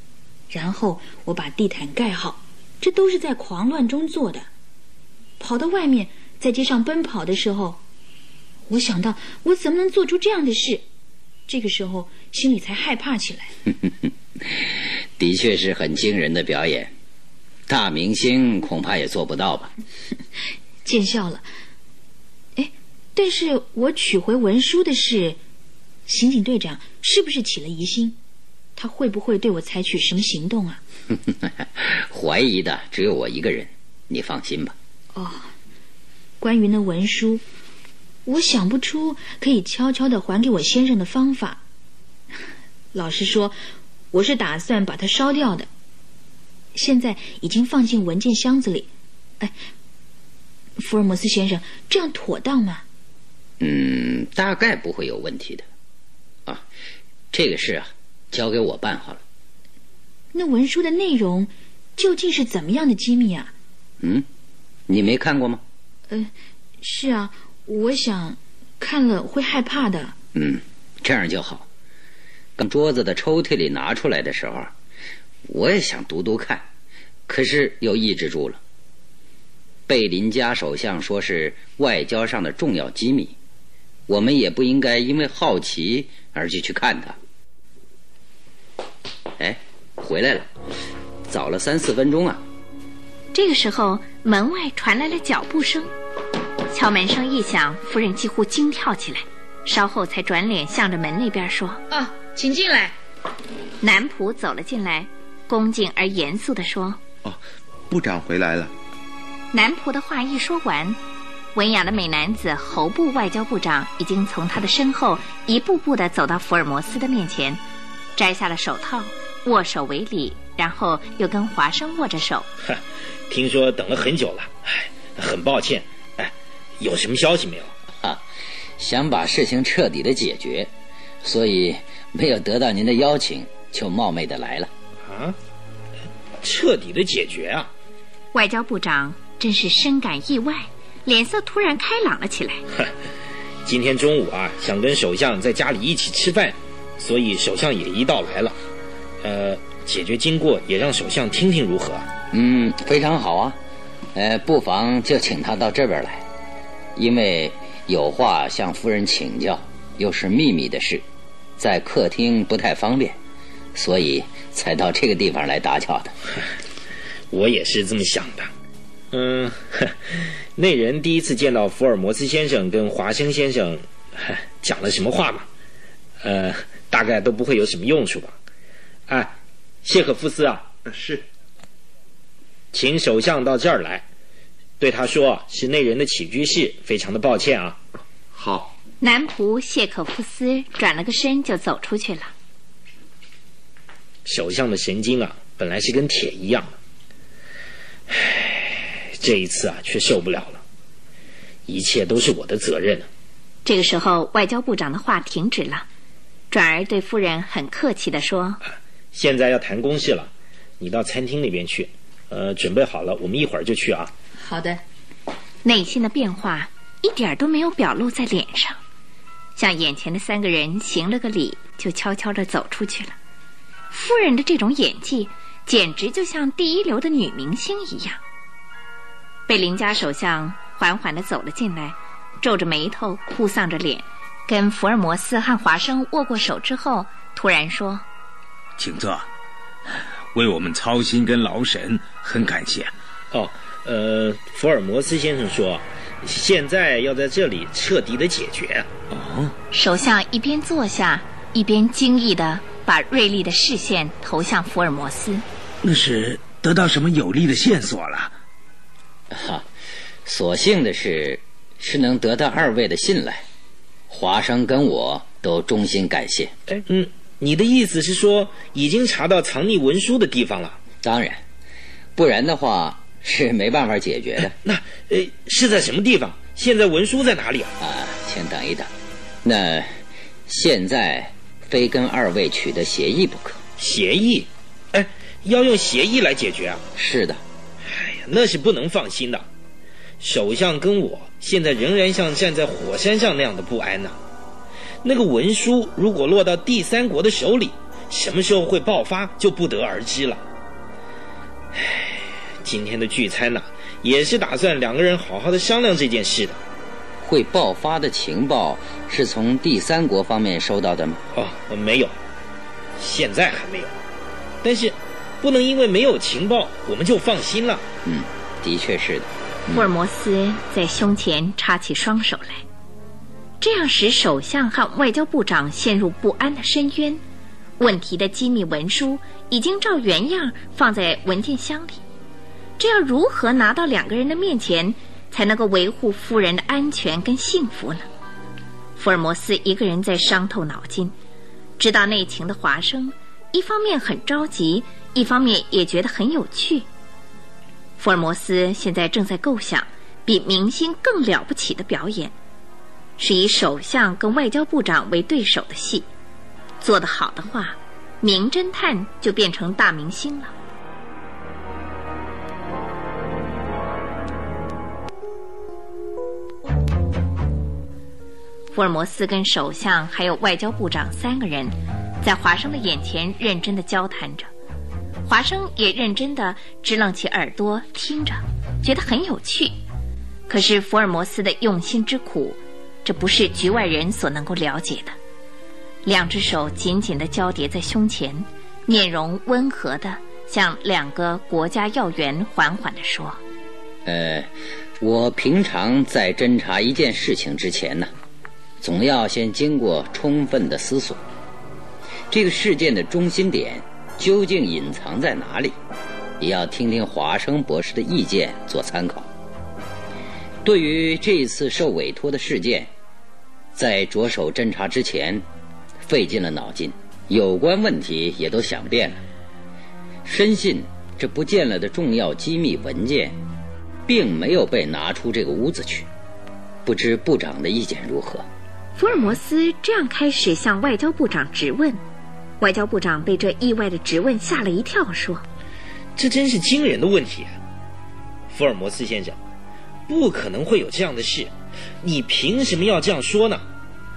然后我把地毯盖好，这都是在狂乱中做的。跑到外面，在街上奔跑的时候，我想到我怎么能做出这样的事，这个时候心里才害怕起来。 的确是很惊人的表演，大明星恐怕也做不到吧。 见笑了。但是我取回文书的事，刑警队长是不是起了疑心？他会不会对我采取什么行动啊？ 怀疑的只有我一个人，你放心吧。 关于那文书，我想不出可以悄悄地还给我先生的方法。老实说，我是打算把它烧掉的，现在已经放进文件箱子里。福尔摩斯先生，这样妥当吗？ 大概不会有问题的。这个事交给我办好了。 那文书的内容究竟是怎么样的机密啊？ 你没看过吗？ 是啊，我想看了会害怕的。 这样就好。刚桌子的抽屉里拿出来的时候，我也想读读看，可是又抑制住了。贝林加首相说是外交上的重要机密，我们也不应该因为好奇而去看它。回来了，早了3-4分钟啊。 这个时候门外传来了脚步声，敲门声一响，夫人几乎惊跳起来，稍后才转脸向着门那边说： 请进来。 男仆走了进来，恭敬而严肃地说： 部长回来了。 男仆的话一说完，文雅的美男子侯部外交部长已经从他的身后一步步地走到福尔摩斯的面前，摘下了手套，握手为礼，然后又跟华生握着手。 听说等了很久了，很抱歉，有什么消息没有？ 想把事情彻底的解决，所以没有得到您的邀请，就冒昧的来了。 彻底的解决啊？ 外交部长真是深感意外，脸色突然开朗了起来。 今天中午想跟首相在家里一起吃饭，所以首相也一道来了。解决经过也让首相听听如何？ 非常好啊。不妨就请他到这边来，因为有话向夫人请教，又是秘密的事，在客厅不太方便，所以才到这个地方来打搅的。 我也是这么想的。那人第一次见到福尔摩斯先生跟华生先生，讲了什么话嘛？大概都不会有什么用处吧。谢可夫斯是， 请首相到这儿来，对他说是那人的起居室，非常的抱歉啊。 好。 男仆谢可夫斯转了个身就走出去了。 首相的神经本来是跟铁一样的，这一次却受不了了，一切都是我的责任。 这个时候外交部长的话停止了，转而对夫人很客气地说： 现在要谈公事了，你到餐厅那边去，准备好了，我们一会儿就去啊。 好的。 内心的变化一点都没有表露在脸上，向眼前的3个人行了个礼，就悄悄地走出去了。夫人的这种演技简直就像第一流的女明星一样。贝林加首相缓缓地走了进来，皱着眉头，哭丧着脸，跟福尔摩斯和华生握过手之后，突然说： 请坐，为我们操心跟劳神，很感谢。 福尔摩斯先生说现在要在这里彻底的解决。 首相一边坐下，一边惊异地把锐利的视线投向福尔摩斯。 那是得到什么有力的线索了？ 所幸的是能得到2位的信赖，华生跟我都衷心感谢。 你的意思是说已经查到藏匿文书的地方了？ 当然，不然的话是没办法解决的。 那是在什么地方？现在文书在哪里啊？ 请等一等。那现在非跟2位取得协议不可。 协议？要用协议来解决啊？ 是的。 那是不能放心的。首相跟我现在仍然像站在火山上那样的不安呢。那个文书如果落到第3国的手里， 什么时候会爆发就不得而知了。今天的聚餐呢，也是打算两个人好好的商量这件事的。 会爆发的情报是从第三国方面收到的吗？ 没有，现在还没有。但是不能因为没有情报我们就放心了。 的确是的。 福尔摩斯在胸前插起双手来，这样使首相和外交部长陷入不安的深渊。问题的机密文书已经照原样放在文件箱里，这要如何拿到两个人的面前，才能够维护夫人的安全跟幸福呢？福尔摩斯一个人在伤透脑筋。知道内情的华生一方面很着急，一方面也觉得很有趣。福尔摩斯现在正在构想比明星更了不起的表演，是以首相跟外交部长为对手的戏。做得好的话，名侦探就变成大明星了。福尔摩斯跟首相还有外交部长三个人在华生的眼前认真地交谈着，华生也认真地支棱起耳朵听着，觉得很有趣。可是福尔摩斯的用心之苦，这不是局外人所能够了解的。两只手紧紧地交叠在胸前，面容温和地向两个国家要员缓缓地说： 我平常在侦查一件事情之前呢，总要先经过充分的思索，这个事件的中心点究竟隐藏在哪里，也要听听华生博士的意见做参考。对于这一次受委托的事件，在着手侦查之前费尽了脑筋，有关问题也都想遍了，深信这不见了的重要机密文件并没有被拿出这个屋子去。不知部长的意见如何？ 福尔摩斯这样开始向外交部长质问，外交部长被这意外的质问吓了一跳，说： 这真是惊人的问题。福尔摩斯先生，不可能会有这样的事，你凭什么要这样说呢？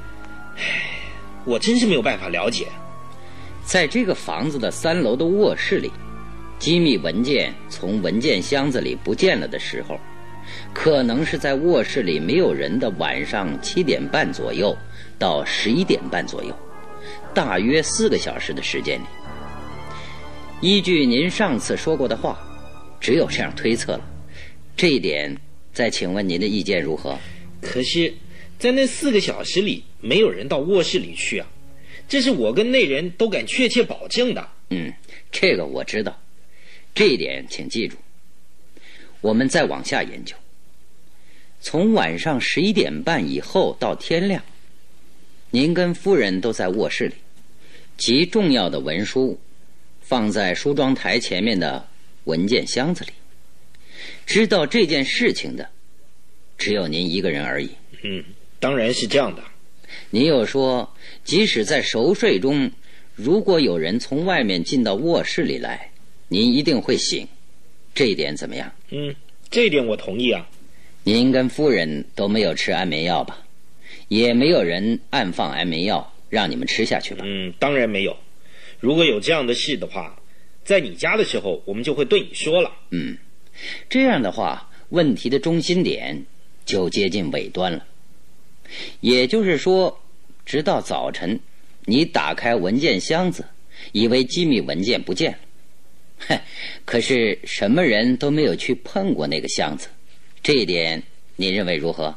我真是没有办法了解。 在这个房子的3楼的卧室里，机密文件从文件箱子里不见了的时候，可能是在卧室里没有人的晚上7点半左右到11点半左右，大约4个小时的时间里。依据您上次说过的话，只有这样推测了。这一点再请问您的意见如何？ 可是在那4个小时里没有人到卧室里去啊，这是我跟那人都敢确切保证的。 这个我知道，这一点请记住。我们再往下研究，从晚上11点半以后到天亮，您跟夫人都在卧室里，极重要的文书放在梳妆台前面的文件箱子里。知道这件事情的只有您一个人而已。 当然是这样的。 您又说，即使在熟睡中，如果有人从外面进到卧室里来，您一定会醒。这一点怎么样？ 这一点我同意啊。 您跟夫人都没有吃安眠药吧？也没有人暗放安眠药让你们吃下去吧？ 当然没有。如果有这样的事的话，在你家的时候我们就会对你说了。 这样的话，问题的中心点就接近尾端了。也就是说，直到早晨你打开文件箱子，以为机密文件不见了，可是什么人都没有去碰过那个箱子。这一点你认为如何？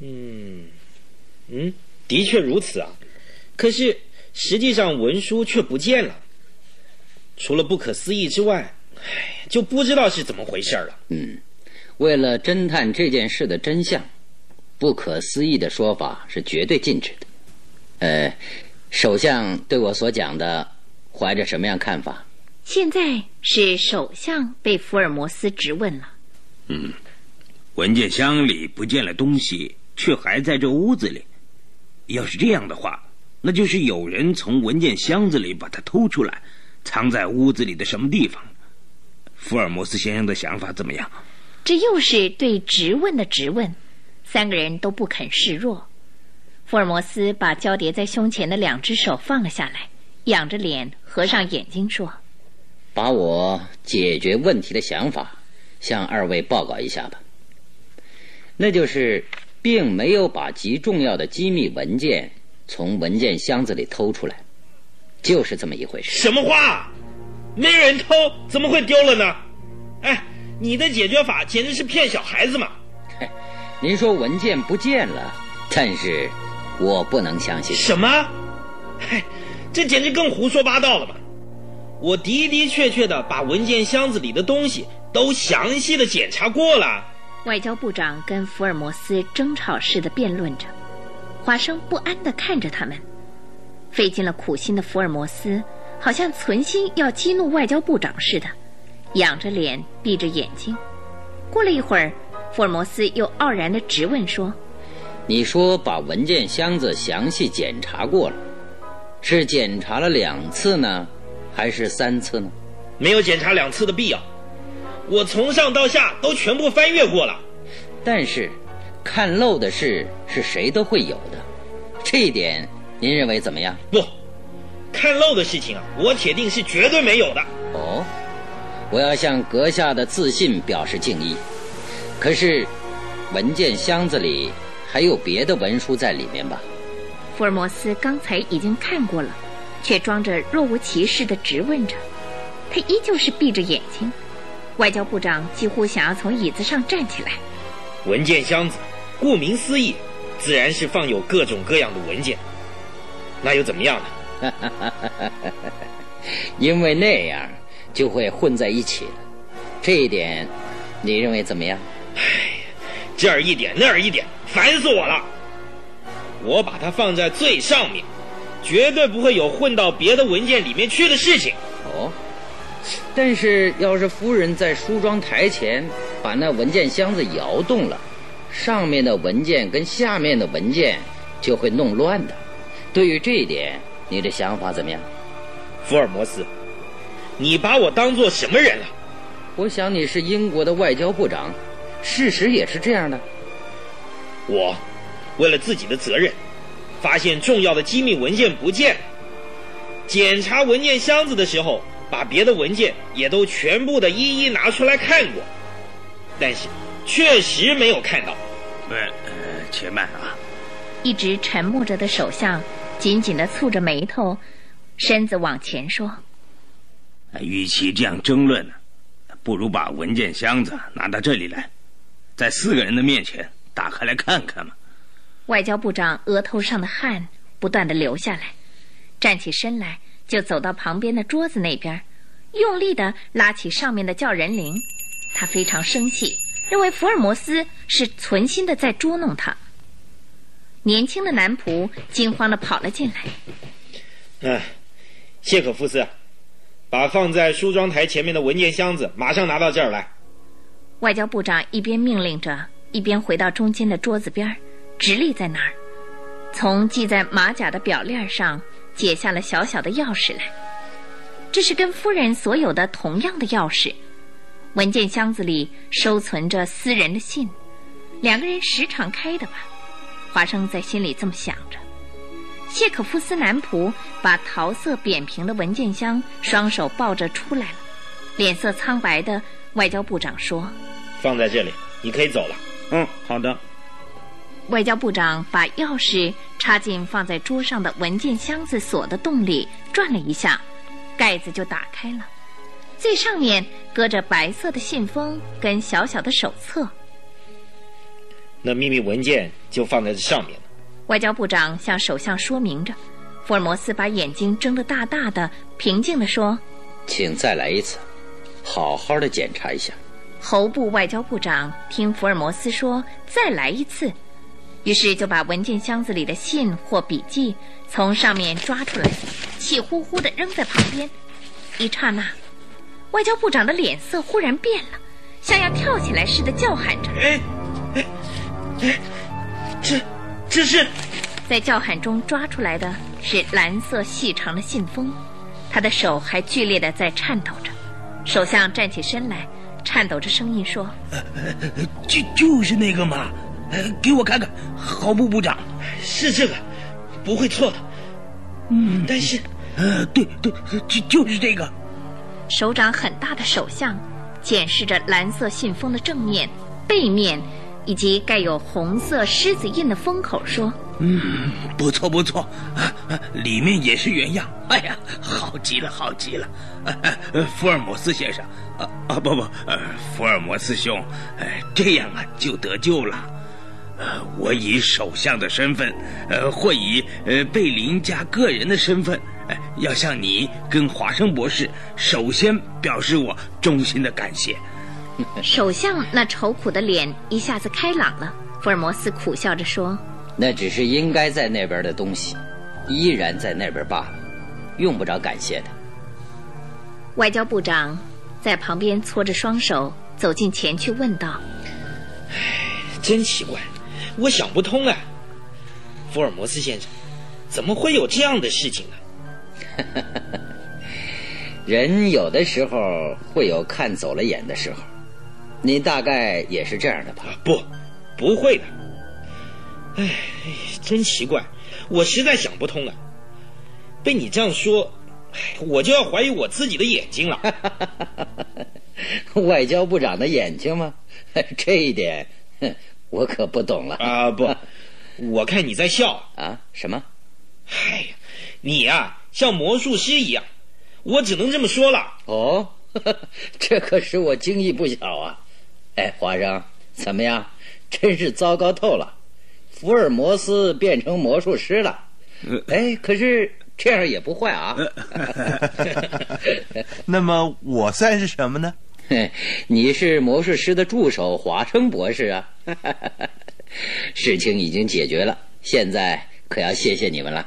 的确如此啊。可是实际上文书却不见了，除了不可思议之外，就不知道是怎么回事了。 为了侦探这件事的真相，不可思议的说法是绝对禁止的。首相对我所讲的怀着什么样看法？ 现在是首相被福尔摩斯质问了。 文件箱里不见了东西，却还在这屋子里。要是这样的话，那就是有人从文件箱子里把它偷出来，藏在屋子里的什么地方。福尔摩斯先生的想法怎么样？ 这又是对质问的质问，三个人都不肯示弱。福尔摩斯把交叠在胸前的2只手放了下来， 仰着脸，合上眼睛说：“ 把我解决问题的想法向二位报告一下吧。那就是并没有把极重要的机密文件从文件箱子里偷出来，就是这么一回事。” 什么话？没人偷，怎么会丢了呢？哎，你的解决法简直是骗小孩子嘛！ 您说文件不见了，但是我不能相信。 什么？嗨，这简直更胡说八道了嘛！我的的确确的把文件箱子里的东西都详细的检查过了。 外交部长跟福尔摩斯争吵似的辩论着，华生不安地看着他们。费尽了苦心的福尔摩斯好像存心要激怒外交部长似的，仰着脸闭着眼睛。过了一会儿，福尔摩斯又傲然地质问说：“ 你说把文件箱子详细检查过了，是检查了2次呢，还是3次呢？” 没有检查2次的必要，我从上到下都全部翻阅过了。 但是看漏的事是谁都会有的，这一点您认为怎么样？ 不，看漏的事情啊，我铁定是绝对没有的。 哦，我要向阁下的自信表示敬意。可是文件箱子里还有别的文书在里面吧？ 福尔摩斯刚才已经看过了，却装着若无其事地质问着。他依旧是闭着眼睛。外交部长几乎想要从椅子上站起来。 文件箱子顾名思义，自然是放有各种各样的文件，那又怎么样呢？ 因为那样就会混在一起了，这一点你认为怎么样？ 哎，这儿一点那儿一点，烦死我了。我把它放在最上面，绝对不会有混到别的文件里面去的事情。 哦，但是要是夫人在梳妆台前把那文件箱子摇动了，上面的文件跟下面的文件就会弄乱的。对于这一点，你的想法怎么样？ 福尔摩斯，你把我当作什么人了？ 我想你是英国的外交部长，事实也是这样的。 我为了自己的责任，发现重要的机密文件不见了，检查文件箱子的时候，把别的文件也都全部的一一拿出来看过，但是确实没有看到。 且慢啊！ 一直沉默着的首相紧紧地蹙着眉头，身子往前说：“ 与其这样争论呢，不如把文件箱子拿到这里来，在4个人的面前打开来看看嘛。” 外交部长额头上的汗不断地流下来，站起身来就走到旁边的桌子那边，用力地拉起上面的叫人铃。他非常生气，认为福尔摩斯是存心的在捉弄他。年轻的男仆惊慌地跑了进来。 谢可夫斯，把放在梳妆台前面的文件箱子马上拿到这儿来。 外交部长一边命令着，一边回到中间的桌子边，直立在那儿，从系在马甲的表链上解下了小小的钥匙来。这是跟夫人所有的同样的钥匙。文件箱子里收存着私人的信，2个人时常开的吧。华生在心里这么想着。谢可夫斯男仆把桃色扁平的文件箱双手抱着出来了，脸色苍白的外交部长说：“ 放在这里，你可以走了。” 好的。 外交部长把钥匙插进放在桌上的文件箱子锁的洞里，转了一下，盖子就打开了。最上面搁着白色的信封跟小小的手册。 那秘密文件就放在这上面了。 外交部长向首相说明着。福尔摩斯把眼睛睁得大大的，平静地说：“ 请再来一次，好好的检查一下。” 侯部外交部长听福尔摩斯说再来一次，于是就把文件箱子里的信或笔记从上面抓出来，气呼呼地扔在旁边。一刹那，外交部长的脸色忽然变了，像要跳起来似的叫喊着：“ 这是……” 在叫喊中抓出来的是蓝色细长的信封，他的手还剧烈地在颤抖着。首相站起身来，颤抖着声音说：“ 就是那个嘛，给我看看，侯部部长。 是这个，不会错的。但是对，就是这个。 手掌很大的手相检视着蓝色信封的正面、背面以及盖有红色狮子印的封口，说：“ 不错，里面也是原样。哎呀，好极了。福尔摩斯先生，不，福尔摩斯兄，这样啊就得救了。我以首相的身份，或以贝林家个人的身份，要向你跟华生博士首先表示我衷心的感谢。” 首相那愁苦的脸一下子开朗了。福尔摩斯苦笑着说：“ 那只是应该在那边的东西，依然在那边罢了，用不着感谢的。” 外交部长在旁边搓着双手走近前去问道：“ 真奇怪，我想不通啊，福尔摩斯先生，怎么会有这样的事情呢？” 人有的时候会有看走了眼的时候，你大概也是这样的吧？ 不会的。真奇怪，我实在想不通啊。被你这样说，我就要怀疑我自己的眼睛了。 外交部长的眼睛吗？这一点我可不懂了。 不，我看你在笑啊。什么？ 你啊像魔术师一样，我只能这么说了。 哦，这可使我惊异不小啊。华生，怎么样？真是糟糕透了，福尔摩斯变成魔术师了。可是这样也不坏啊。 那么我算是什么呢？ 你是魔术师的助手华生博士啊。事情已经解决了，现在可要谢谢你们了。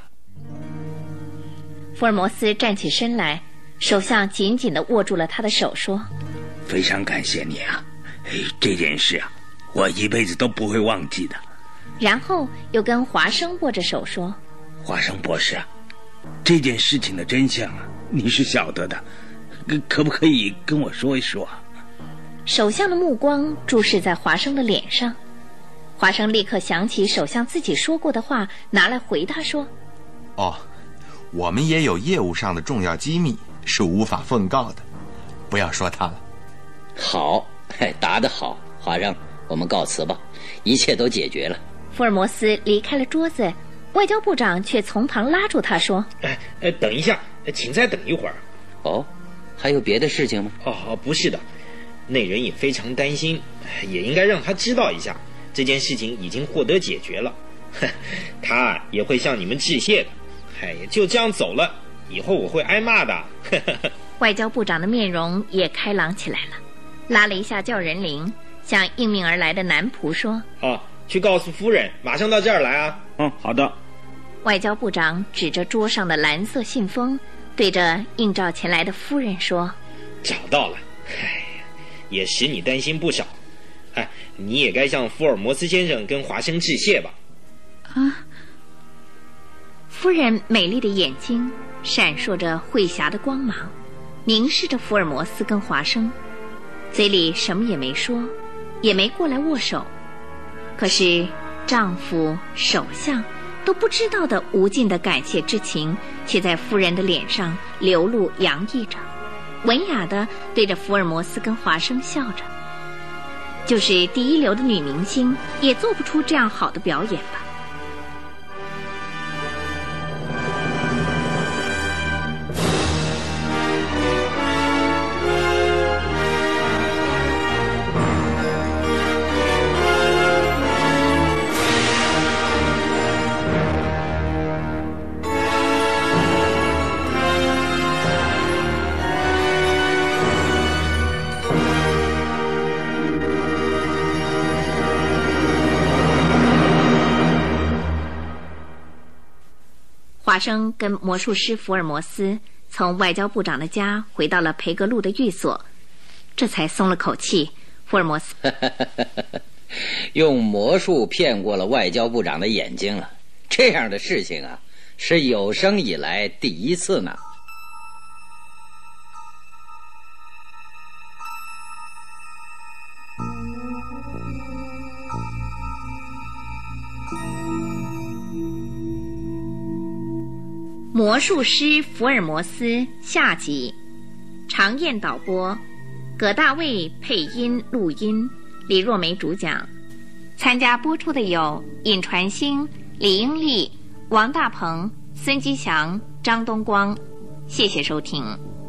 福尔摩斯站起身来，手相紧紧地握住了他的手，说：“ 非常感谢你啊，这件事啊，我一辈子都不会忘记的。” 然后又跟华生握着手说：“ 华生博士啊，这件事情的真相啊，你是晓得的，可不可以跟我说一说啊？” 首相的目光注视在华生的脸上，华生立刻想起首相自己说过的话，拿来回答说：“ 我们也有业务上的重要机密，是无法奉告的，不要说他了。” 好，答得好，华生，我们告辞吧，一切都解决了。 福尔摩斯离开了桌子，外交部长却从旁拉住他说：“ 等一下，请再等一会儿。” 还有别的事情吗？ 不是的，那人也非常担心，也应该让他知道一下，这件事情已经获得解决了。他也会向你们致谢的。就这样走了，以后我会挨骂的。 外交部长的面容也开朗起来了，拉了一下叫人铃，向应命而来的男仆说：“ 去告诉夫人，马上到这儿来啊。” 好的。 外交部长指着桌上的蓝色信封，对着应召前来的夫人说：“ 找到了，也使你担心不少。你也该向福尔摩斯先生跟华生致谢吧。” 夫人美丽的眼睛闪烁着慧霞的光芒，凝视着福尔摩斯跟华生，嘴里什么也没说，也没过来握手。可是丈夫、首相都不知道的无尽的感谢之情，却在夫人的脸上流露洋溢着，文雅地对着福尔摩斯跟华生笑着。就是第一流的女明星也做不出这样好的表演吧。华生跟魔术师福尔摩斯从外交部长的家回到了培格路的寓所，这才松了口气。福尔摩斯用魔术骗过了外交部长的眼睛了，这样的事情啊，是有生以来第一次呢。 魔术师福尔摩斯下集，常燕导播，葛大卫配音录音，李若梅主讲。参加播出的有尹传星、李英丽、王大鹏、孙基祥、张东光。谢谢收听。